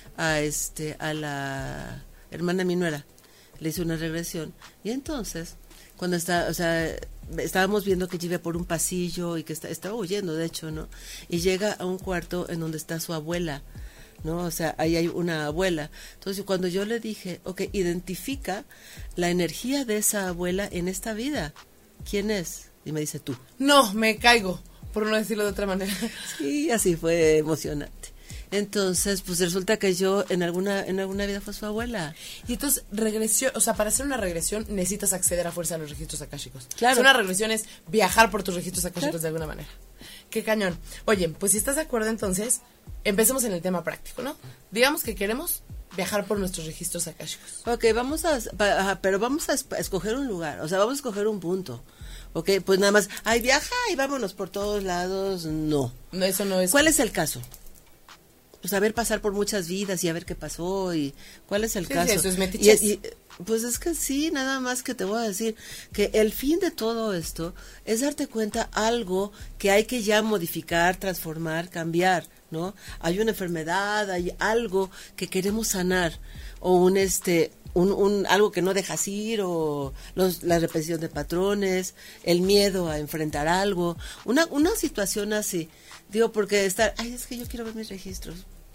a este a la hermana de mi nuera, le hice una regresión y entonces cuando está, o sea, estábamos viendo que iba por un pasillo y que está, estaba huyendo de hecho, ¿no? Y llega a un cuarto en donde está su abuela, ¿no? O sea, ahí hay una abuela. Entonces cuando yo le dije, okay, identifica la energía de esa abuela en esta vida, ¿quién es? Y me dice tú. No, me caigo. Por no decirlo de otra manera. Sí, así fue emocionante. Entonces, pues resulta que yo en alguna en alguna vida fue su abuela. Y entonces, regresión, o sea, para hacer una regresión necesitas acceder a fuerza a los registros akáshicos. Claro. O sea, una regresión es viajar por tus registros akáshicos, claro, de alguna manera. Qué cañón. Oye, pues si estás de acuerdo entonces, empecemos en el tema práctico, ¿no? Digamos que queremos viajar por nuestros registros akáshicos. Ok, vamos a, pa, pero vamos a escoger un lugar, o sea, vamos a escoger un punto. Ok, pues nada más, ay, viaja y vámonos por todos lados, no. No, eso no es. ¿Cuál es el caso? Pues a ver, pasar por muchas vidas y a ver qué pasó y cuál es el sí, caso. Sí, eso es metiches. Y, y, pues es que sí, nada más que te voy a decir que el fin de todo esto es darte cuenta algo que hay que ya modificar, transformar, cambiar, ¿no? Hay una enfermedad, hay algo que queremos sanar o un este Un, un algo que no dejas ir o los, la repetición de patrones, el miedo a enfrentar algo, una una situación así, digo, porque estar, ay, es que yo quiero ver mis registros,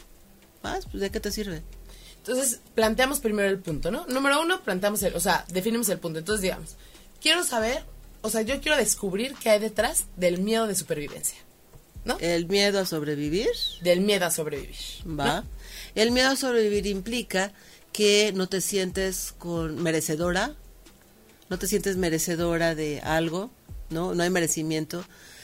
¿más? Pues, ¿de qué te sirve? Entonces, planteamos primero el punto, ¿no? Número uno, planteamos el, o sea, definimos el punto. Entonces, digamos, quiero saber, o sea, yo quiero descubrir qué hay detrás del miedo de supervivencia, ¿no? El miedo a sobrevivir. Del miedo a sobrevivir. Va. ¿No? El miedo a sobrevivir implica que no te sientes con merecedora, no te sientes merecedora de algo, ¿no? No hay merecimiento.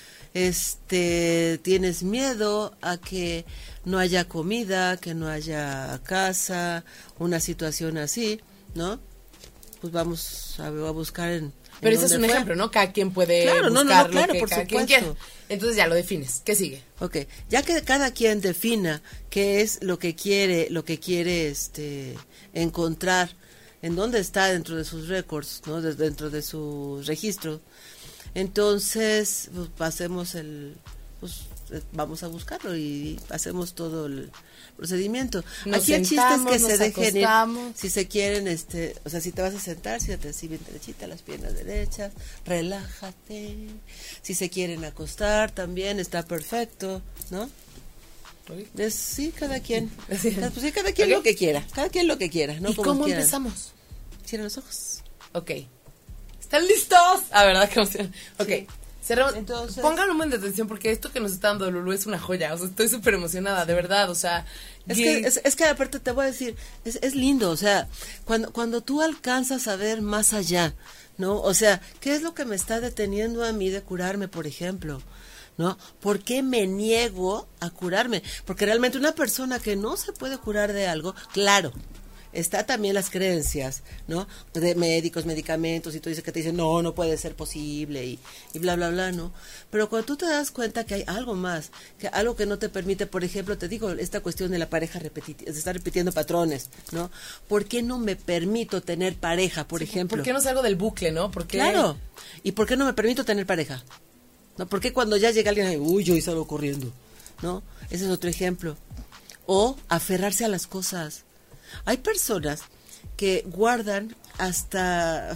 Este, tienes miedo a que no haya comida, que no haya casa, una situación así, ¿no? Pues vamos a, a buscar en... Pero ese es un fue. ejemplo, ¿no? Cada quien puede claro, buscar no, no, no, claro, lo que por cada supuesto. quien quiera. Entonces ya lo defines. ¿Qué sigue? Ok, ya que cada quien defina qué es lo que quiere, lo que quiere este encontrar, en dónde está dentro de sus récords, ¿no? De, dentro de sus registros, entonces pues, pasemos el, pues vamos a buscarlo y hacemos todo el procedimiento. Nos Aquí el chiste sentamos, es que se dejen ir, acostamos. si se quieren, este, o sea, si te vas a sentar, siéntate así bien derechita, las piernas derechas, relájate. Si se quieren acostar también está perfecto, ¿no? Es, sí, cada quien. Sí. Pues sí, cada quien ¿Okay? lo que quiera, cada quien lo que quiera, ¿no? ¿Y Como cómo quieran. empezamos? Cierra los ojos. Ok. ¿Están listos? Ah, ¿verdad? Que emoción. Ok. Sí. Cerramos. Entonces, pongan un buen de atención porque esto que nos está dando Lulú es una joya. O sea, estoy súper emocionada, de verdad. O sea, es que, es, es que aparte te voy a decir, es, es lindo. O sea, cuando, cuando tú alcanzas a ver más allá, ¿no? O sea, ¿qué es lo que me está deteniendo a mí de curarme, por ejemplo? ¿No? ¿Por qué me niego a curarme? Porque realmente una persona que no se puede curar de algo, claro, está también las creencias, ¿no? De médicos, medicamentos, y tú dices que te dicen, no, no puede ser posible, y, y bla, bla, bla, ¿no? Pero cuando tú te das cuenta que hay algo más, que algo que no te permite, por ejemplo, te digo, esta cuestión de la pareja repetitiva, de estar repitiendo patrones, ¿no? ¿Por qué no me permito tener pareja, por sí, ejemplo? ¿Por qué no salgo del bucle, no? ¿Por qué? Claro. ¿Y por qué no me permito tener pareja? ¿No? ¿Por qué cuando ya llega alguien, uy, yo y salgo corriendo? ¿No? Ese es otro ejemplo. o aferrarse a las cosas. Hay personas que guardan hasta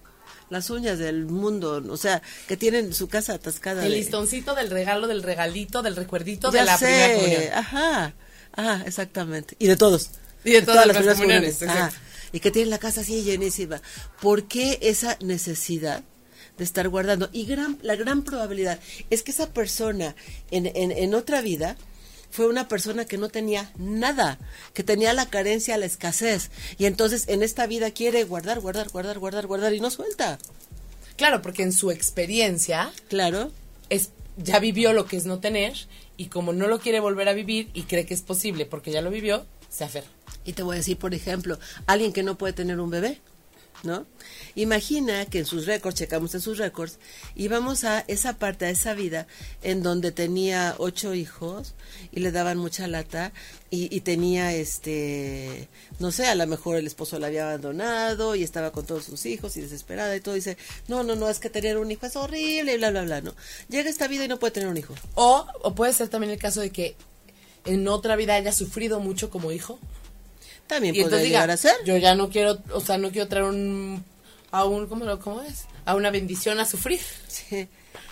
las uñas del mundo, o sea, que tienen su casa atascada. El de... listoncito del regalo, del regalito, del recuerdito ya de la sé, primera comunión. Ajá, ajá, exactamente. Y de todos. Y de, de todas, todas las primeras comuniones. comuniones. Ajá. Y que tienen la casa así llenísima. ¿Por qué esa necesidad de estar guardando? Y gran, la gran probabilidad es que esa persona en, en, en otra vida fue una persona que no tenía nada, que tenía la carencia, la escasez. Y entonces en esta vida quiere guardar, guardar, guardar, guardar, guardar y no suelta. Claro, porque en su experiencia, claro, es, ya vivió lo que es no tener y como no lo quiere volver a vivir y cree que es posible porque ya lo vivió, se aferra. Y te voy a decir, por ejemplo, alguien que no puede tener un bebé, ¿no? Imagina que en sus récords, checamos en sus récords, y vamos a esa parte, a esa vida, en donde tenía ocho hijos y le daban mucha lata y, y tenía, este, no sé, a lo mejor el esposo la había abandonado y estaba con todos sus hijos y desesperada y todo, dice, no, no, no, es que tener un hijo es horrible y bla, bla, bla, ¿no? Llega esta vida y no puede tener un hijo. O, o puede ser también el caso de que en otra vida haya sufrido mucho como hijo. También y podría diga, llegar a ser. Yo ya no quiero, o sea, no quiero traer un, a un, ¿cómo, lo, cómo es? A una bendición a sufrir. Sí.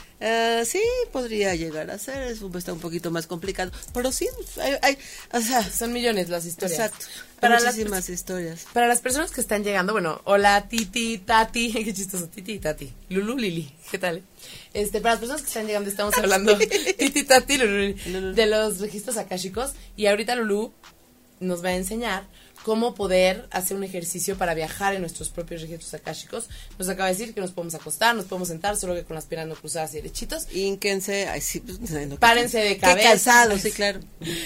Uh, sí, podría llegar a ser, es, está un poquito más complicado, pero sí, hay, hay o sea, son millones las historias. Exacto, para muchísimas las, historias. Para las personas que están llegando, bueno, hola Titi, Tati, qué chistoso, Titi y Tati, Lulu, Lili, ¿qué tal? Este, para las personas que están llegando estamos hablando Titi, Tati, Lulu, Lulu, de los registros akáshicos y ahorita Lulu nos va a enseñar cómo poder hacer un ejercicio para viajar en nuestros propios registros akáshicos. Nos acaba de decir que nos podemos acostar, nos podemos sentar, solo que con las piernas no cruzadas y derechitos. Ínquense, ay, sí, pues, no, párense de cabeza. Qué cansado, sí, claro.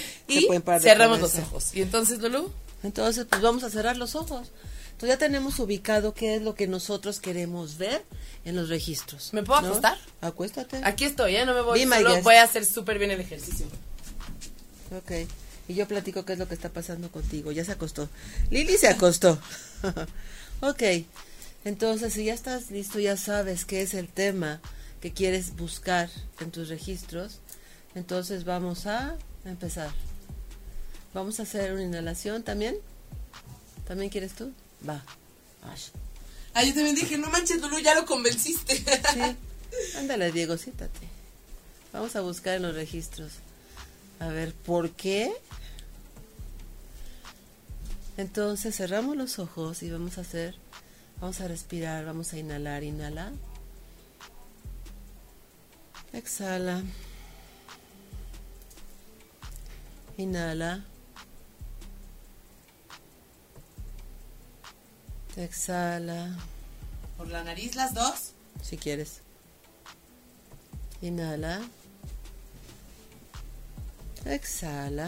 Y cerramos los ojos. Y entonces, Lulú. Entonces, pues vamos a cerrar los ojos. Entonces ya tenemos ubicado qué es lo que nosotros queremos ver en los registros. ¿Me puedo ¿no? acostar? Acuéstate. Aquí estoy, ¿eh? No me voy, solo voy a hacer súper bien el ejercicio. Ok. Y yo platico qué es lo que está pasando contigo. Ya se acostó. Lili se acostó. Ok. Entonces, si ya estás listo, ya sabes qué es el tema que quieres buscar en tus registros. Entonces, vamos a empezar. Vamos a hacer una inhalación también. ¿También quieres tú? Va. Ah, yo también dije, no manches, Lulú, ya lo convenciste. Sí. Ándale, Diego, siéntate. Vamos a buscar en los registros. A ver, ¿por qué? Entonces cerramos los ojos y vamos a hacer, vamos a respirar, vamos a inhalar, inhala. Exhala. Inhala. Exhala. ¿Por la nariz las dos? Si quieres. Inhala. Exhala.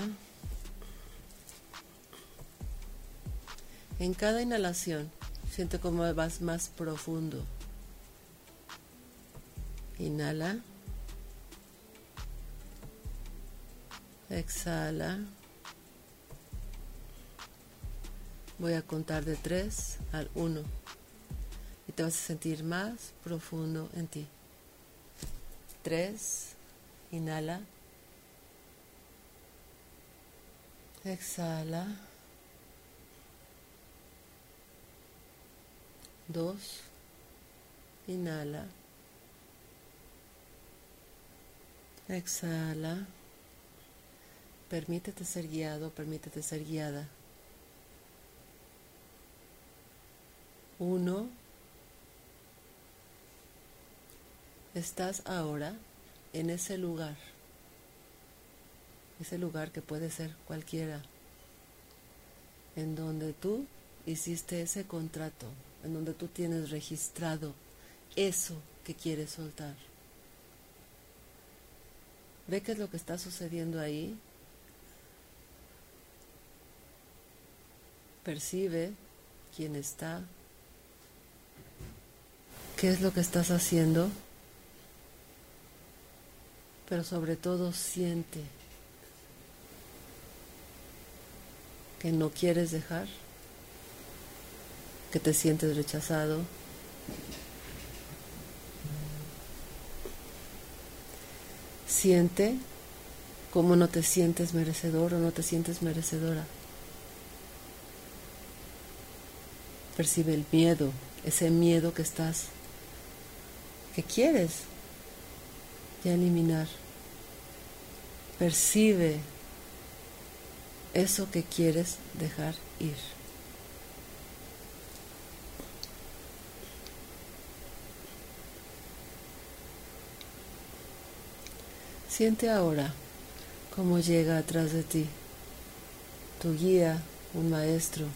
En cada inhalación, siente cómo vas más profundo. Inhala. Exhala. Voy a contar de tres al uno. Y te vas a sentir más profundo en ti. Tres. Inhala. Exhala. Dos. Inhala. Exhala. Permítete ser guiado, permítete ser guiada. Uno. Estás ahora en ese lugar. Ese lugar que puede ser cualquiera. En donde tú hiciste ese contrato. En donde tú tienes registrado eso que quieres soltar. Ve qué es lo que está sucediendo ahí. Percibe quién está. ¿Qué es lo que estás haciendo? Pero sobre todo siente que no quieres dejar, que te sientes rechazado. Siente cómo no te sientes merecedor o no te sientes merecedora. Percibe el miedo, ese miedo que estás, que quieres ya eliminar. Percibe eso que quieres dejar ir. Siente ahora cómo llega atrás de ti tu guía, un maestro,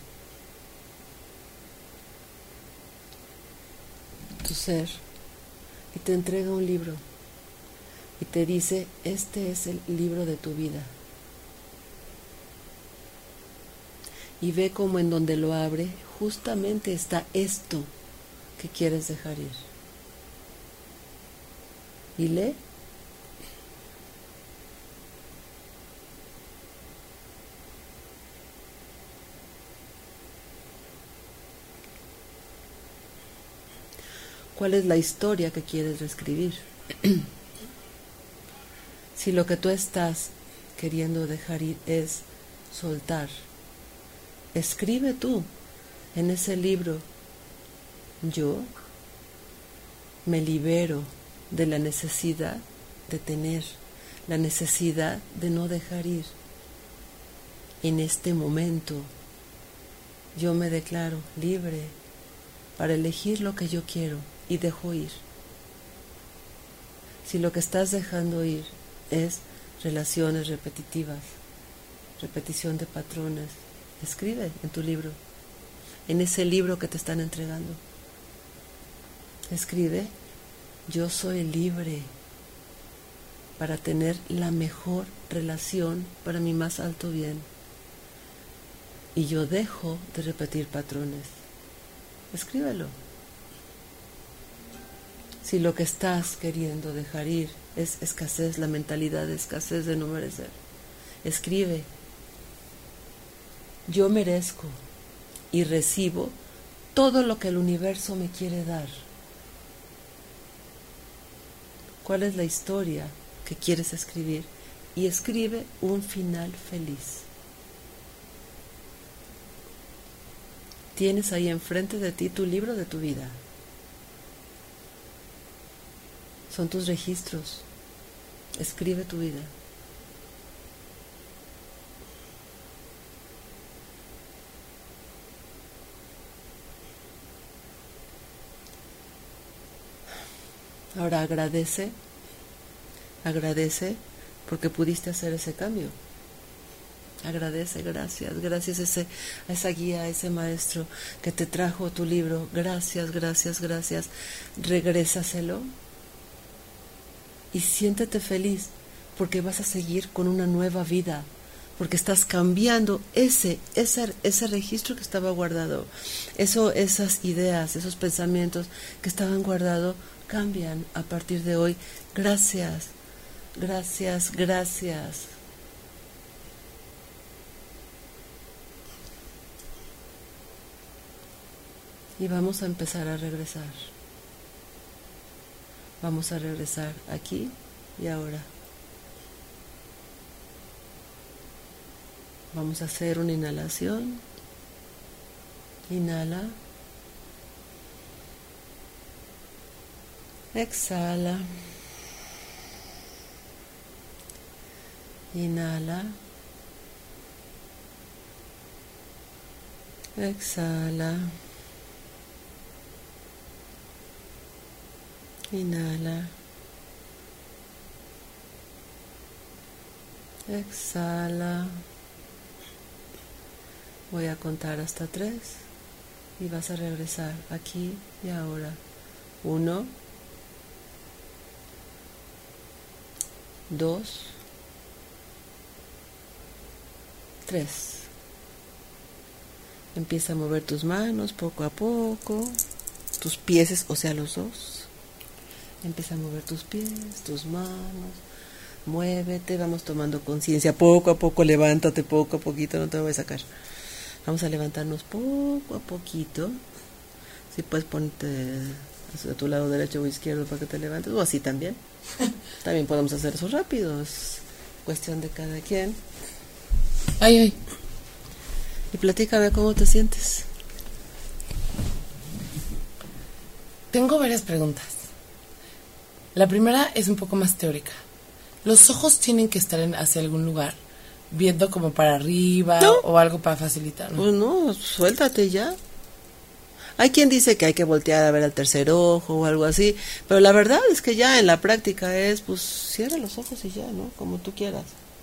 tu ser, y te entrega un libro y te dice: este es el libro de tu vida. Y ve cómo en donde lo abre justamente está esto que quieres dejar ir. Y lee. ¿Cuál es la historia que quieres reescribir? Si lo que tú estás queriendo dejar ir es soltar, escribe tú en ese libro: yo me libero de la necesidad de tener, la necesidad de no dejar ir. En este momento yo me declaro libre para elegir lo que yo quiero y dejo ir. Si lo que estás dejando ir es relaciones repetitivas, repetición de patrones, escribe en tu libro, en ese libro que te están entregando. Escribe: yo soy libre para tener la mejor relación para mi más alto bien. Y yo dejo de repetir patrones. Escríbelo. Si lo que estás queriendo dejar ir es escasez, la mentalidad de escasez, de no merecer, escribe: yo merezco y recibo todo lo que el universo me quiere dar. ¿Cuál es la historia que quieres escribir? Y escribe un final feliz. Tienes ahí enfrente de ti tu libro de tu vida. Son tus registros. Escribe tu vida. Ahora agradece, agradece porque pudiste hacer ese cambio. Agradece, gracias, gracias a, ese, a esa guía, a ese maestro que te trajo tu libro. Gracias, gracias, gracias. Regrésaselo y siéntete feliz porque vas a seguir con una nueva vida, porque estás cambiando ese, ese, ese registro que estaba guardado. Eso, esas ideas, esos pensamientos que estaban guardados cambian a partir de hoy. Gracias, gracias, gracias. Y vamos a empezar a regresar. Vamos a regresar aquí y ahora. Vamos a hacer una inhalación. Inhala. Exhala. Inhala. Exhala. Inhala. Exhala. Voy a contar hasta tres y vas a regresar aquí y ahora. Uno, dos, tres. Empieza a mover tus manos poco a poco, tus pies, o sea, los dos. Empieza a mover tus pies, tus manos. Muévete, vamos tomando conciencia. Poco a poco, levántate poco a poquito, no te voy a sacar. Vamos a levantarnos poco a poquito. Si puedes ponerte a tu lado derecho o izquierdo para que te levantes, o así también. También podemos hacer eso rápido. cuestión de cada quien. Ay, ay. Y platícame cómo te sientes. Tengo varias preguntas. La primera es un poco más teórica. ¿Los ojos tienen que estar en, hacia algún lugar, viendo como para arriba ¿No? o algo para facilitar? ¿no? Pues no, suéltate ya. Hay quien dice que hay que voltear a ver al tercer ojo o algo así, pero la verdad es que ya en la práctica es, pues, cierra los ojos y ya, ¿no? Como tú quieras.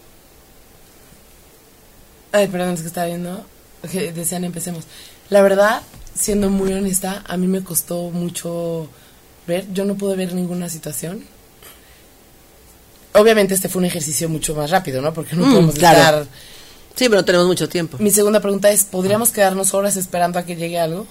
Ay, perdón, es que estaba viendo que decían empecemos. La verdad, siendo muy honesta, a mí me costó mucho ver, yo no pude ver ninguna situación. Obviamente este fue un ejercicio mucho más rápido, ¿no? Porque no Mm, podemos claro. estar... Sí, pero no tenemos mucho tiempo. Mi segunda pregunta es, ¿podríamos quedarnos horas esperando a que llegue algo?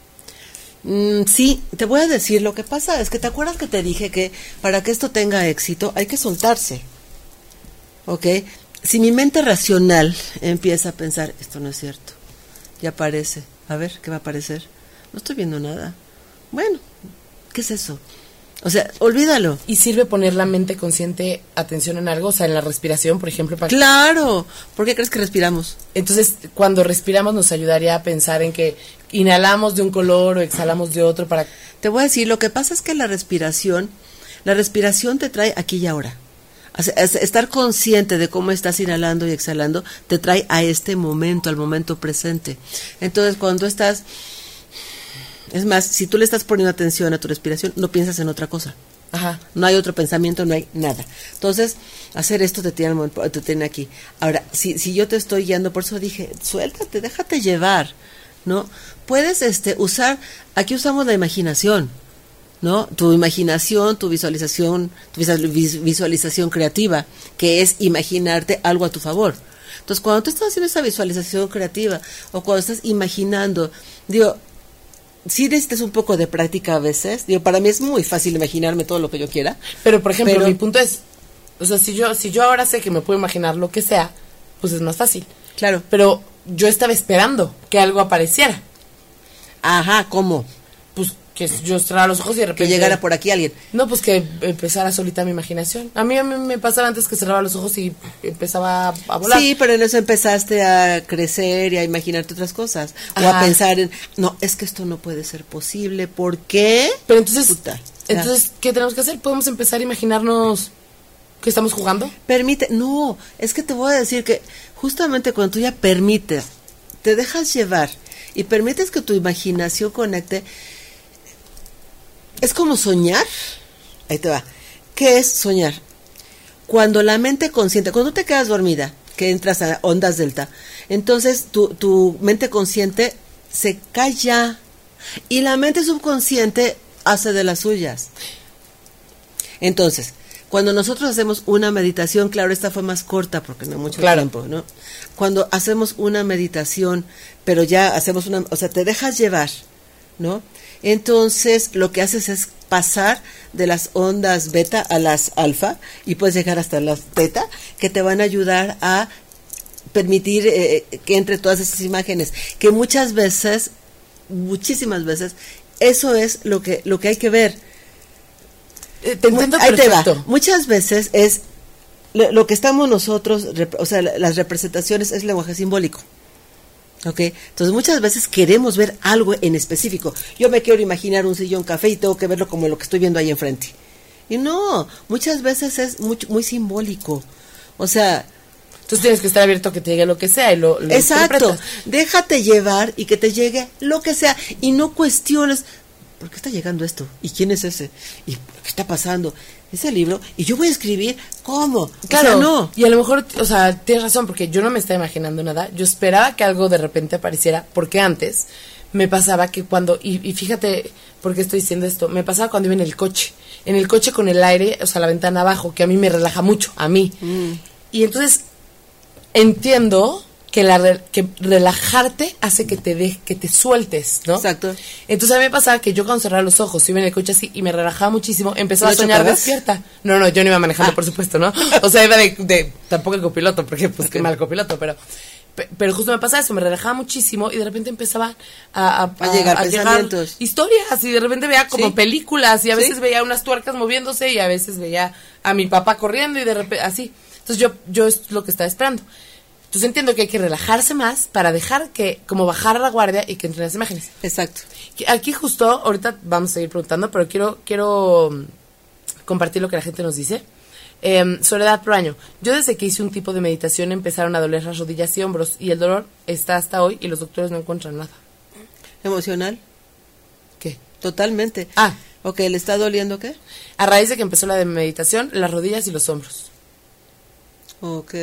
Mm, sí, te voy a decir, lo que pasa es que te acuerdas que te dije que para que esto tenga éxito hay que soltarse, ¿ok? Si mi mente racional empieza a pensar, esto no es cierto, ya aparece, a ver, ¿qué va a aparecer? No estoy viendo nada. Bueno, ¿qué es eso? O sea, olvídalo. ¿Y sirve poner la mente consciente atención en algo? O sea, en la respiración, por ejemplo. Para... ¡Claro! ¿Por qué crees que respiramos? Entonces, cuando respiramos nos ayudaría a pensar en que inhalamos de un color o exhalamos de otro para... Te voy a decir, lo que pasa es que la respiración, la respiración te trae aquí y ahora. O sea, es- estar consciente de cómo estás inhalando y exhalando te trae a este momento, al momento presente. Entonces, cuando estás... Es más, si tú le estás poniendo atención a tu respiración, no piensas en otra cosa. Ajá. No hay otro pensamiento, no hay nada. Entonces, hacer esto te tiene, al momento- te tiene aquí. Ahora, si, si yo te estoy guiando, por eso dije, suéltate, déjate llevar, ¿no? Puedes este, usar, aquí usamos la imaginación, ¿no? Tu imaginación, tu visualización, tu visual- vis- visualización creativa, que es imaginarte algo a tu favor. Entonces, cuando tú estás haciendo esa visualización creativa, o cuando estás imaginando, digo, sí necesitas un poco de práctica a veces. Digo, para mí es muy fácil imaginarme todo lo que yo quiera. Pero, por ejemplo, Pero- mi punto es... O sea, si yo, si yo ahora sé que me puedo imaginar lo que sea, pues es más fácil. Claro. Pero yo estaba esperando que algo apareciera. Ajá, ¿cómo? Pues que yo cerrara los ojos y de Que repente... llegara por aquí alguien. No, pues que empezara solita mi imaginación. A mí, a mí me pasaba antes que cerraba los ojos y empezaba a, a volar. Sí, pero en eso empezaste a crecer y a imaginarte otras cosas. O Ajá. a pensar en, no, es que esto no puede ser posible. ¿Por qué? Pero entonces, Puta, entonces, ¿qué tenemos que hacer? ¿Podemos empezar a imaginarnos que estamos jugando? Permite, no, es que te voy a decir que justamente cuando tú ya permites, te dejas llevar y permites que tu imaginación conecte, es como soñar. Ahí te va. ¿Qué es soñar? Cuando la mente consciente, cuando te quedas dormida, que entras a ondas delta, entonces tu, tu mente consciente se calla y la mente subconsciente hace de las suyas. Entonces, cuando nosotros hacemos una meditación, claro, esta fue más corta porque no hay mucho Claro. tiempo, ¿no? Cuando hacemos una meditación, pero ya hacemos una, o sea, te dejas llevar, ¿no? Entonces, lo que haces es pasar de las ondas beta a las alfa y puedes llegar hasta las teta, que te van a ayudar a permitir eh, que entre todas esas imágenes, que muchas veces, muchísimas veces, eso es lo que lo que hay que ver. Eh, te entiendo Ahí te va. perfecto. Muchas veces es lo, lo que estamos nosotros, rep- o sea, la- las representaciones es lenguaje simbólico. ¿Ok? Entonces muchas veces queremos ver algo en específico. Yo me quiero imaginar un sillón café y tengo que verlo como lo que estoy viendo ahí enfrente. Y no, muchas veces es muy, muy simbólico. O sea, Entonces tienes que estar abierto a que te llegue lo que sea y lo, lo exacto, interpretas. déjate llevar y que te llegue lo que sea y no cuestiones, ¿por qué está llegando esto? ¿Y quién es ese? ¿Y qué está pasando? Ese libro, y yo voy a escribir, ¿cómo? Claro, O sea, no. y a lo mejor, o sea, tienes razón, porque yo no me estaba imaginando nada. Yo esperaba que algo de repente apareciera, porque antes me pasaba que cuando, y, y fíjate por qué estoy diciendo esto, me pasaba cuando iba en el coche, en el coche con el aire, o sea, la ventana abajo, que a mí me relaja mucho, a mí. Mm. Y entonces entiendo que la re- que relajarte hace que te de, que te sueltes, ¿no? Exacto. Entonces a mí me pasaba que yo cuando cerraba los ojos, iba en el coche así y me relajaba muchísimo, empezaba ¿No a soñar chocabas? despierta. No, no, yo no iba manejando, Ah. por supuesto, ¿no? O sea, iba de, de tampoco el copiloto, porque pues qué mal copiloto, pero pe- pero justo me pasaba eso, me relajaba muchísimo y de repente empezaba a, a, A llegar pensamientos. historias y de repente veía como Sí. películas y a veces Sí. veía unas tuercas moviéndose y a veces veía a mi papá corriendo y de repente así. Entonces Entonces yo, yo es lo que estaba esperando. Entonces entiendo que hay que relajarse más para dejar que, como bajar la guardia y que entren las imágenes. Exacto. Aquí justo, ahorita vamos a seguir preguntando, pero quiero, quiero compartir lo que la gente nos dice. Eh, Soledad Proaño, yo desde que hice un tipo de meditación empezaron a doler las rodillas y hombros y el dolor está hasta hoy y los doctores no encuentran nada. ¿Emocional? ¿Qué? Totalmente. Ah. Ok, ¿le está doliendo qué? A raíz de que empezó la de meditación, las rodillas y los hombros. Ok.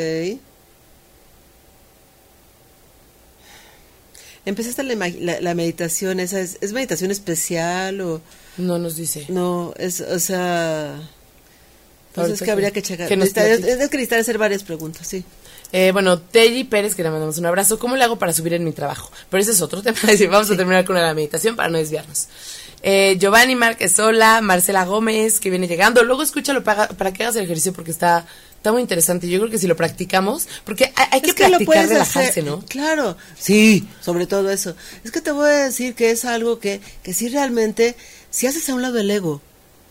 ¿Empezaste la, la, la meditación? ¿Esa es, es meditación especial o...? No nos dice. No, es, o sea... Entonces Ahorita que habría que- que checar. que nos Necesita- es, platique. es que necesitar hacer varias preguntas, sí. Eh, bueno, Telly Pérez, que le mandamos un abrazo. ¿Cómo le hago para subir en mi trabajo? Pero ese es otro tema. Vamos a terminar con la meditación para no desviarnos. Eh, Giovanni Márquez, hola. Marcela Gómez, que viene llegando. Luego escúchalo para, para que hagas el ejercicio porque está, está muy interesante. Yo creo que si lo practicamos, porque hay, hay que Es que lo practicar puedes relajarse, hacer, ¿no? Claro, sí, sobre todo eso. Es que te voy a decir que es algo que, que sí realmente, si haces a un lado el ego,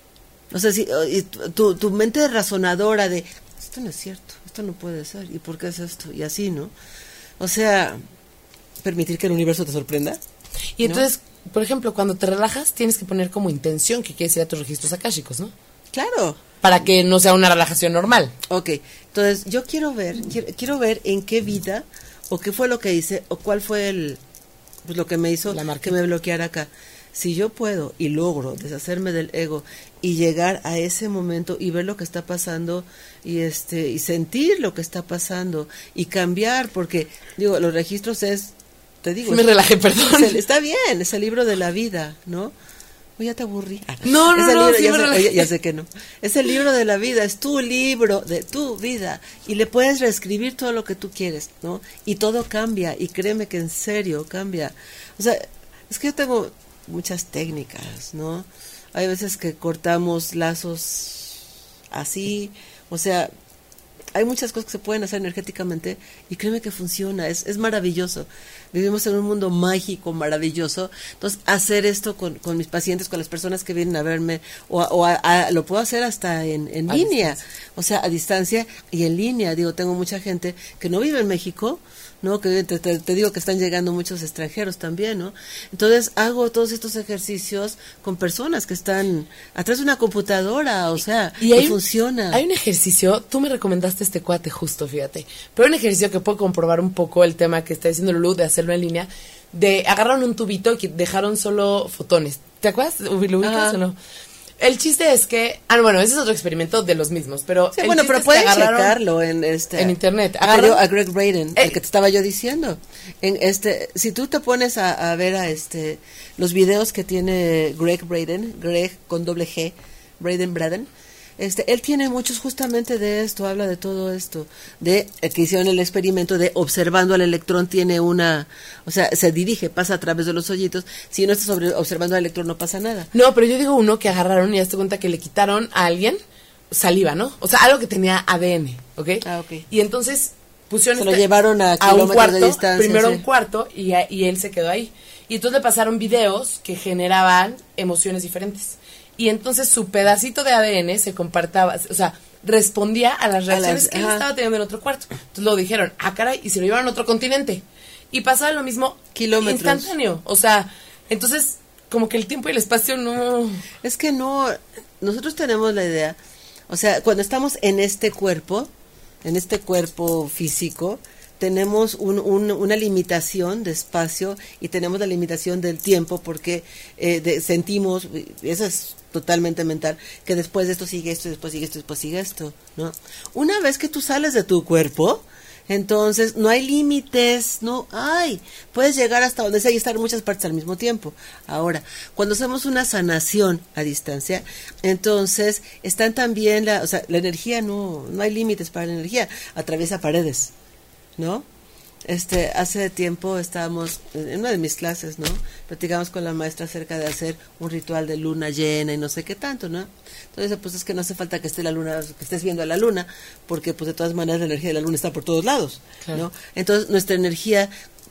o sea, si y tu, tu, tu mente razonadora de, esto no es cierto, esto no puede ser, ¿y por qué es esto? Y así, ¿no? O sea, permitir que el universo te sorprenda. Y entonces, ¿no? Por ejemplo, cuando te relajas, tienes que poner como intención que quieres ir a tus registros akáshicos, ¿no? Claro. Para que no sea una relajación normal. Ok, entonces yo quiero ver, quiero, quiero ver en qué vida, o qué fue lo que hice, o cuál fue el, pues lo que me hizo La marca. que me bloqueara acá. Si yo puedo y logro deshacerme del ego y llegar a ese momento y ver lo que está pasando y este y sentir lo que está pasando y cambiar, porque digo, los registros es, te digo, Me es- relajé, perdón. es el- está bien, es el libro de la vida, ¿no? O ya te aburrí. No, no, Es el no, libro- sí ya, me sé, relajé. oye, ya sé que no. Es el libro de la vida, es tu libro de tu vida. Y le puedes reescribir todo lo que tú quieres, ¿no? Y todo cambia, y créeme que en serio cambia. O sea, es que yo tengo muchas técnicas, ¿no? Hay veces que cortamos lazos así, o sea, hay muchas cosas que se pueden hacer energéticamente y créeme que funciona, es, es maravilloso. Vivimos en un mundo mágico, maravilloso. Entonces, hacer esto con, con mis pacientes, con las personas que vienen a verme, o, a- o a- a- lo puedo hacer hasta en, en A línea, distancia. o sea, a distancia y en línea. Digo, tengo mucha gente que no vive en México, ¿no? Que te, te- te digo que están llegando muchos extranjeros también, ¿no? Entonces, hago todos estos ejercicios con personas que están atrás de una computadora, o sea, Y que hay, funciona. hay un ejercicio, tú me recomendaste este cuate justo, fíjate, pero un ejercicio que puedo comprobar un poco el tema que está diciendo Lulu de hacerlo en línea, de agarraron un tubito y que dejaron solo fotones. ¿Te acuerdas? ¿Lo ubicas Ajá. o no? El chiste es que, ah, bueno, ese es otro experimento de los mismos, pero Sí, el bueno, chiste pero es que pueden agarraron- checarlo en este en internet. Te Agarran- digo, a Greg Braden, Eh. el que te estaba yo diciendo. En este, si tú te pones a, a ver a este los videos que tiene Greg Braden, Greg con doble G, Braden Braden, este, él tiene muchos justamente de esto, habla de todo esto, de eh, que hicieron el experimento de observando al electrón tiene una, o sea, se dirige, pasa a través de los hoyitos. Si no estás sobre- observando al electrón no pasa nada. No, pero yo digo uno que agarraron y hazte cuenta que le quitaron a alguien saliva, ¿no? O sea, algo que tenía A D N, ¿ok? Ah, ok. Y entonces pusieron Se lo este- llevaron a un kilómetros de cuarto, distancia, primero a sí. un cuarto y, a- y él se quedó ahí. Y entonces le pasaron videos que generaban emociones diferentes. Y entonces su pedacito de A D N se compartaba, o sea, respondía a las reacciones las- que él ajá. estaba teniendo en otro cuarto. Entonces lo dijeron, ah, caray, y se lo llevaron a otro continente. Y pasaba lo mismo Kilómetros. instantáneo. O sea, entonces, como que el tiempo y el espacio no... Es que no, nosotros tenemos la idea, o sea, cuando estamos en este cuerpo, en este cuerpo físico, tenemos un, un- una limitación de espacio y tenemos la limitación del tiempo porque eh, de- sentimos, y eso es totalmente mental, que después de esto sigue esto, después sigue esto, después sigue esto, ¿no? Una vez que tú sales de tu cuerpo, entonces no hay límites, no hay, puedes llegar hasta donde sea y estar en muchas partes al mismo tiempo. Ahora, cuando hacemos una sanación a distancia, entonces están también la, o sea, la energía no, no hay límites para la energía, atraviesa paredes, ¿no? Este, hace tiempo estábamos en una de mis clases, ¿no? Platicamos con la maestra acerca de hacer un ritual de luna llena y no sé qué tanto, ¿no? Entonces, pues es que no hace falta que esté la luna, que estés viendo a la luna, porque pues de todas maneras la energía de la luna está por todos lados, Claro. ¿no? Entonces, nuestra energía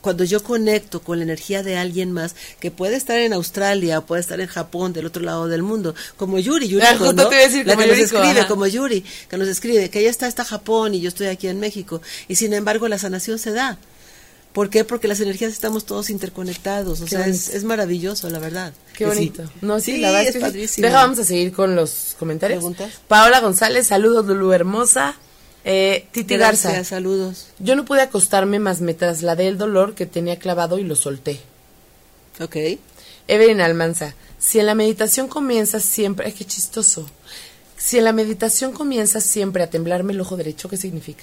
cuando yo conecto con la energía de alguien más, que puede estar en Australia, puede estar en Japón, del otro lado del mundo, como Yuri, Yuri, ah, ¿no? Te voy a decir, la como que nos Yuriko, escribe, ajá. como Yuri, que nos escribe, que ella está hasta Japón y yo estoy aquí en México, y sin embargo la sanación se da. ¿Por qué? Porque las energías estamos todos interconectados, o Qué sea, es, es maravilloso, la verdad. Qué Que bonito. sí. No, sí, Sí, la verdad es es que sí. padrísimo. Deja, vamos a seguir con los comentarios. ¿Preguntas? Paola González, saludos, Lulu hermosa. Eh, Titi Gracias, Garza, saludos. yo no pude acostarme, más me trasladé el dolor que tenía clavado y lo solté. Ok. Evelyn Almanza, si en la meditación comienzas siempre, ay, qué chistoso. Si en la meditación comienzas siempre a temblarme el ojo derecho, ¿qué significa?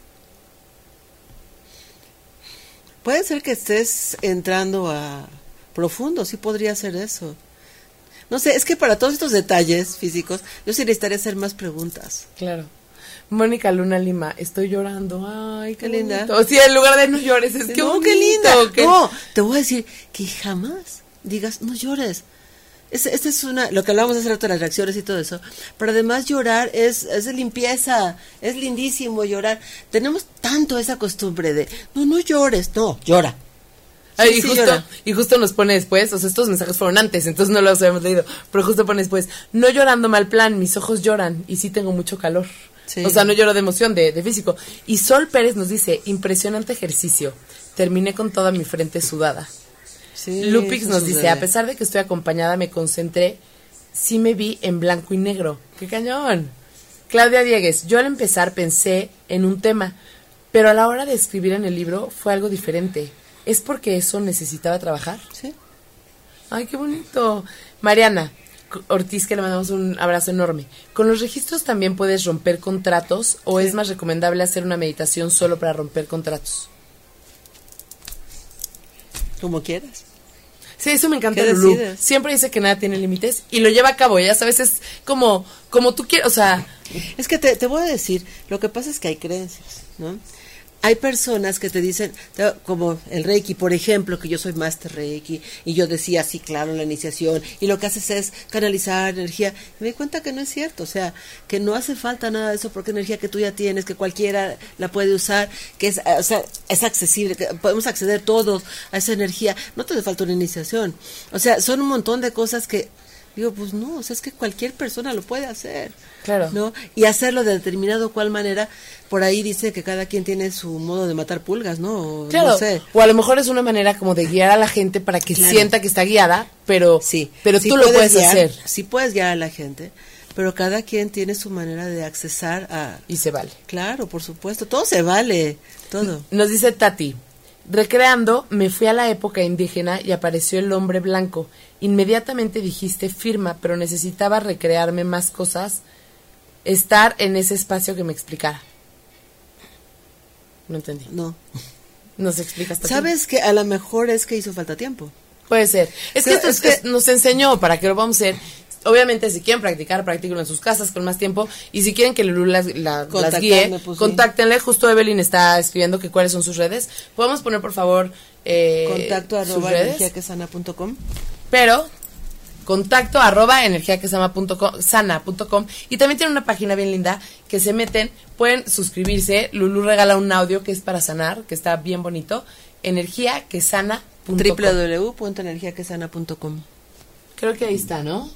Puede ser que estés entrando a profundo, sí podría ser eso. No sé, es que para todos estos detalles físicos, yo sí necesitaría hacer más preguntas. Claro. Mónica Luna Lima, estoy llorando. Ay, qué, Qué linda. bonito. Sí, en lugar de no llores, es que no, bonito, qué linda. qué- No, te voy a decir que jamás digas, no llores. Esta es, es una, lo que hablábamos hace rato de las reacciones y todo eso, pero además llorar es, es de limpieza, es lindísimo llorar. Tenemos tanto esa costumbre de, no, no llores, no, llora. Ay, Sí, y, sí, justo, llora. y justo nos pone después, o sea, estos mensajes fueron antes, entonces no los habíamos leído, pero justo pone después, no llorando mal plan, mis ojos lloran y sí tengo mucho calor. Sí. O sea, no lloro de emoción, de, de físico. Y Sol Pérez nos dice, impresionante ejercicio, terminé con toda mi frente sudada. Sí, Lupix eso nos sucede. dice, a pesar de que estoy acompañada, me concentré, sí me vi en blanco y negro. ¡Qué cañón! Claudia Diegues, yo al empezar pensé en un tema, pero a la hora de escribir en el libro fue algo diferente. ¿Es porque eso necesitaba trabajar? Sí. ¡Ay, qué bonito! Mariana Ortiz, que le mandamos un abrazo enorme. ¿Con los registros también puedes romper contratos o Sí. es más recomendable hacer una meditación solo para romper contratos? Como quieras. Sí, eso me encanta, ¿Qué Lulú. decides? Siempre dice que nada tiene límites y lo lleva a cabo, ya sabes, es como, como tú quieres, o sea, Es que te, te voy a decir, lo que pasa es que hay creencias, ¿no? Hay personas que te dicen, te- como el Reiki, por ejemplo, que yo soy Master Reiki, y yo decía, sí, claro, en la iniciación, y lo que haces es canalizar energía. Y me di cuenta que no es cierto, o sea, que no hace falta nada de eso porque es energía que tú ya tienes, que cualquiera la puede usar, que es, o sea, es accesible, que podemos acceder todos a esa energía. No te hace falta una iniciación. O sea, son un montón de cosas que, digo, pues no, o sea, es que cualquier persona lo puede hacer. Claro. ¿No? Y hacerlo de determinado cual manera, por ahí dice que cada quien tiene su modo de matar pulgas, ¿no? O, claro, no sé. o a lo mejor es una manera como de guiar a la gente para que Claro. sienta que está guiada, pero, Sí, pero sí tú lo puedes guiar, hacer Sí puedes guiar a la gente, pero cada quien tiene su manera de accesar a... y se vale. Claro, por supuesto, todo se vale, todo. Nos dice Tati, recreando, me fui a la época indígena y apareció el hombre blanco. Inmediatamente dijiste firma, pero necesitaba recrearme más cosas, estar en ese espacio que me explicara. No entendí. No. Nos explicas. Tati? ¿Sabes que a lo mejor es que hizo falta tiempo? Puede ser. Es que Pero esto es es- que- es- nos enseñó para que lo vamos a hacer. Obviamente, si quieren practicar, practíquenlo en sus casas con más tiempo. Y si quieren que Lulú las, la- las Contactarme, guíe, pues, sí. contáctenle. Justo Evelyn está escribiendo que cuáles son sus redes. Podemos poner, por favor, eh, Contacto sus arroba redes. energía que sana punto com. Pero contacto arroba energía que sana punto com, sana punto com, y también tiene una página bien linda que se meten, pueden suscribirse. Lulú regala un audio que es para sanar, que está bien bonito. Energía que sana punto com. w w w punto energía que sana punto com. Creo que ahí está, ¿no?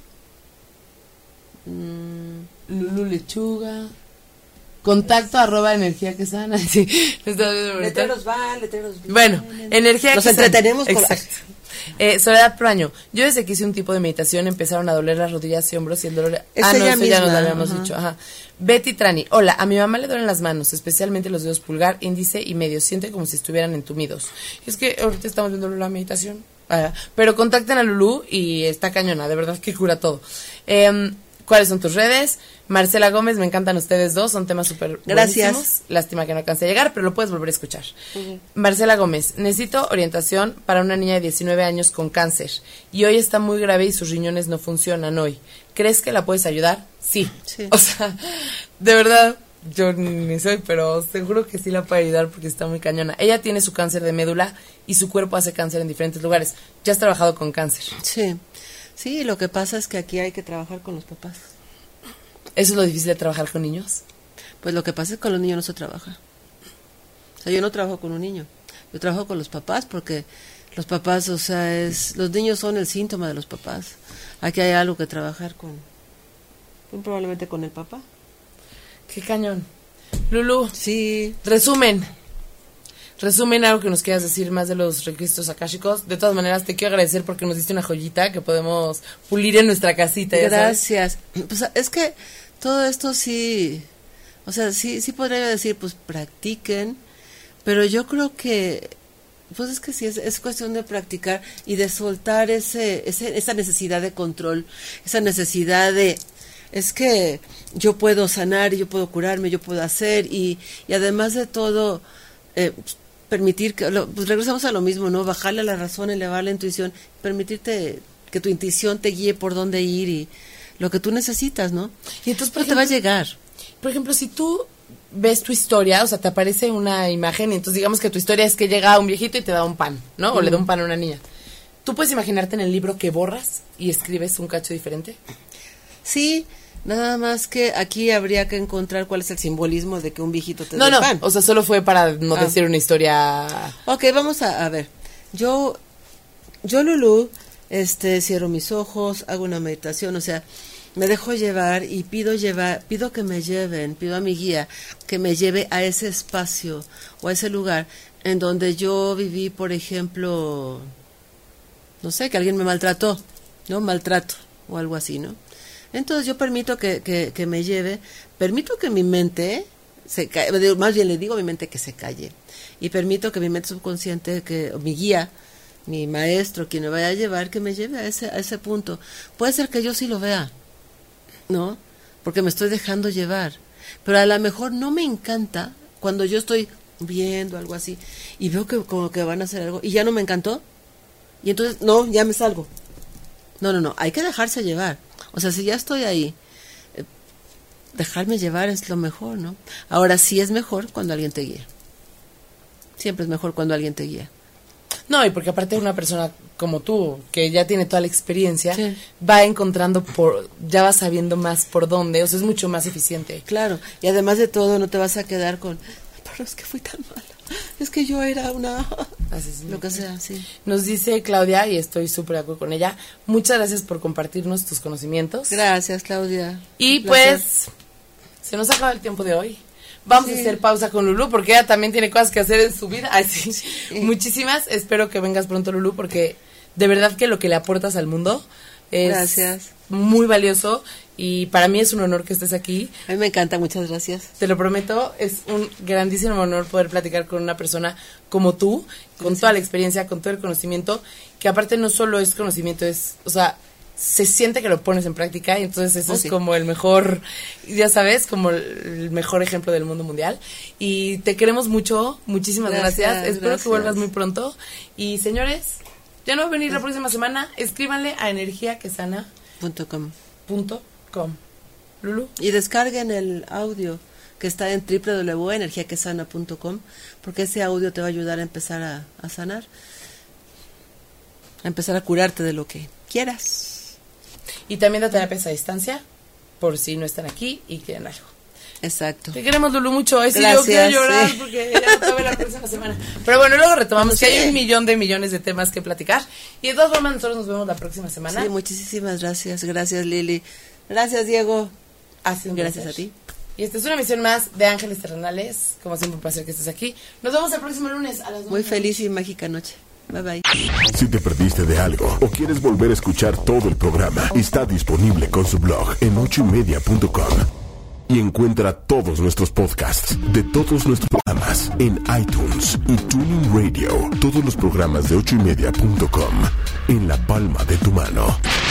Mm, Lulu Lechuga. Contacto arroba energía que sana. Sí, está bien bonito. letreros van, letreros vienen. Bueno, energía Nos que sana. entretenemos con la- Exacto. Eh, Soledad Praño, yo desde que hice un tipo de meditación empezaron a doler las rodillas y hombros y el dolor... Es ah, no, ella eso ya nos misma, lo habíamos ajá. dicho. Ajá. Betty Trani, hola, a mi mamá le duelen las manos, especialmente los dedos pulgar, índice y medio, siente como si estuvieran entumidos. Es que ahorita estamos viendo la meditación. Ah, pero contacten a Lulú y está cañona, de verdad que cura todo. Eh, ¿Cuáles son tus redes? Marcela Gómez, me encantan ustedes dos, son temas súper Gracias. buenísimos. Lástima que no alcance a llegar, pero lo puedes volver a escuchar. Marcela Gómez, necesito orientación para una niña de diecinueve años con cáncer y hoy está muy grave y sus riñones no funcionan hoy. ¿Crees que la puedes ayudar? Sí. Sí. O sea, de verdad, yo ni soy, pero seguro que sí la puede ayudar porque está muy cañona. Ella tiene su cáncer de médula y su cuerpo hace cáncer en diferentes lugares. Ya has trabajado con cáncer. Sí, sí, lo que pasa es que aquí hay que trabajar con los papás. ¿Eso es lo difícil de trabajar con niños? Pues lo que pasa es que con los niños no se trabaja. O sea, yo no trabajo con un niño. Yo trabajo con los papás porque los papás, o sea, es los niños son el síntoma de los papás. Aquí hay algo que trabajar con, con probablemente con el papá. Qué cañón. Lulú. Sí. Resumen. Resumen, algo que nos quieras decir más de los registros akáshicos. De todas maneras, te quiero agradecer porque nos diste una joyita que podemos pulir en nuestra casita. ¿Ya Gracias. sabes? Pues es que todo esto sí, o sea, sí, sí podría decir, pues practiquen, pero yo creo que, pues es que sí, es, es cuestión de practicar y de soltar ese, ese, esa necesidad de control, esa necesidad de, es que yo puedo sanar, yo puedo curarme, yo puedo hacer, y, y además de todo, eh, permitir que, lo, pues regresamos a lo mismo, ¿no? Bajarle a la razón, elevar la intuición, permitirte que tu intuición te guíe por dónde ir y lo que tú necesitas, ¿no? Y entonces, por ejemplo, te va a llegar. Por ejemplo, si tú ves tu historia, o sea, te aparece una imagen y entonces digamos que tu historia es que llega un viejito y te da un pan, ¿no? O mm. le da un pan a una niña. ¿Tú puedes imaginarte en el libro que borras y escribes un cacho diferente? Sí, nada más que aquí habría que encontrar cuál es el simbolismo de que un viejito te no, da no, el pan. O sea, solo fue para no ah. decir una historia. Ok, vamos a, a ver. Yo, yo Lulú, este, cierro mis ojos, hago una meditación, o sea, me dejo llevar y pido llevar, pido que me lleven, pido a mi guía que me lleve a ese espacio o a ese lugar en donde yo viví, por ejemplo, no sé, que alguien me maltrató, ¿no? Maltrato o algo así, ¿no? Entonces yo permito que, que, que me lleve, permito que mi mente se calle, más bien le digo a mi mente que se calle, y permito que mi mente subconsciente, que mi guía, mi maestro, quien me vaya a llevar, que me lleve a ese, a ese punto. Puede ser que yo sí lo vea, ¿no? Porque me estoy dejando llevar, pero a lo mejor no me encanta cuando yo estoy viendo algo así y veo que como que van a hacer algo y ya no me encantó, y entonces, no, ya me salgo. No, no, no, hay que dejarse llevar. O sea, si ya estoy ahí, eh, dejarme llevar es lo mejor, ¿no? Ahora sí es mejor cuando alguien te guía. Siempre es mejor cuando alguien te guía. No, y porque aparte una persona como tú, que ya tiene toda la experiencia, sí, va encontrando por, ya va sabiendo más por dónde, o sea, es mucho más eficiente. Claro, y además de todo no te vas a quedar con, pero es que fui tan mala, es que yo era una... Asesina. Lo que sea, sí. Nos dice Claudia, y estoy súper de acuerdo con ella, muchas gracias por compartirnos tus conocimientos. Gracias, Claudia. Y pues, se nos ha acabado el tiempo de hoy. Vamos sí. a hacer pausa con Lulú, porque ella también tiene cosas que hacer en su vida. Ay, sí. Sí. Muchísimas, espero que vengas pronto, Lulú, porque de verdad que lo que le aportas al mundo es gracias. Muy valioso, y para mí es un honor que estés aquí. A mí me encanta, muchas gracias. Te lo prometo, es un grandísimo honor poder platicar con una persona como tú, con gracias. Toda la experiencia, con todo el conocimiento, que aparte no solo es conocimiento, es, o sea, se siente que lo pones en práctica, y entonces eso oh, es sí. como el mejor, ya sabes, como el mejor ejemplo del mundo mundial. Y te queremos mucho, muchísimas gracias, gracias. Espero gracias. que vuelvas muy pronto. Y señores, ya no va a venir la próxima semana, escríbanle a energía que sana punto com. Punto com. Lulú. Y descarguen el audio que está en doble u doble u doble u punto energía que sana punto com, porque ese audio te va a ayudar a empezar a, a sanar, a empezar a curarte de lo que quieras. Y también da terapias a distancia, por si no están aquí y quieren algo. Exacto. Te queremos, Lulú, mucho. Ay, sí, gracias, yo quiero llorar sí. porque ya acabé la próxima semana. Pero bueno, luego retomamos sí. que hay un millón de millones de temas que platicar. Y de todas formas, nosotros nos vemos la próxima semana. Sí, muchísimas gracias. Gracias, Lili. Gracias, Diego. Así gracias a ti. Y esta es una emisión más de Ángeles Terrenales. Como siempre, un placer que estés aquí. Nos vemos el próximo lunes a las nueve. Muy feliz y mágica noche. Bye bye. Si te perdiste de algo o quieres volver a escuchar todo el programa, está disponible con su blog en ocho y media punto com. Y encuentra todos nuestros podcasts de todos nuestros programas en iTunes y Tuning Radio. Todos los programas de ocho y media punto com en la palma de tu mano.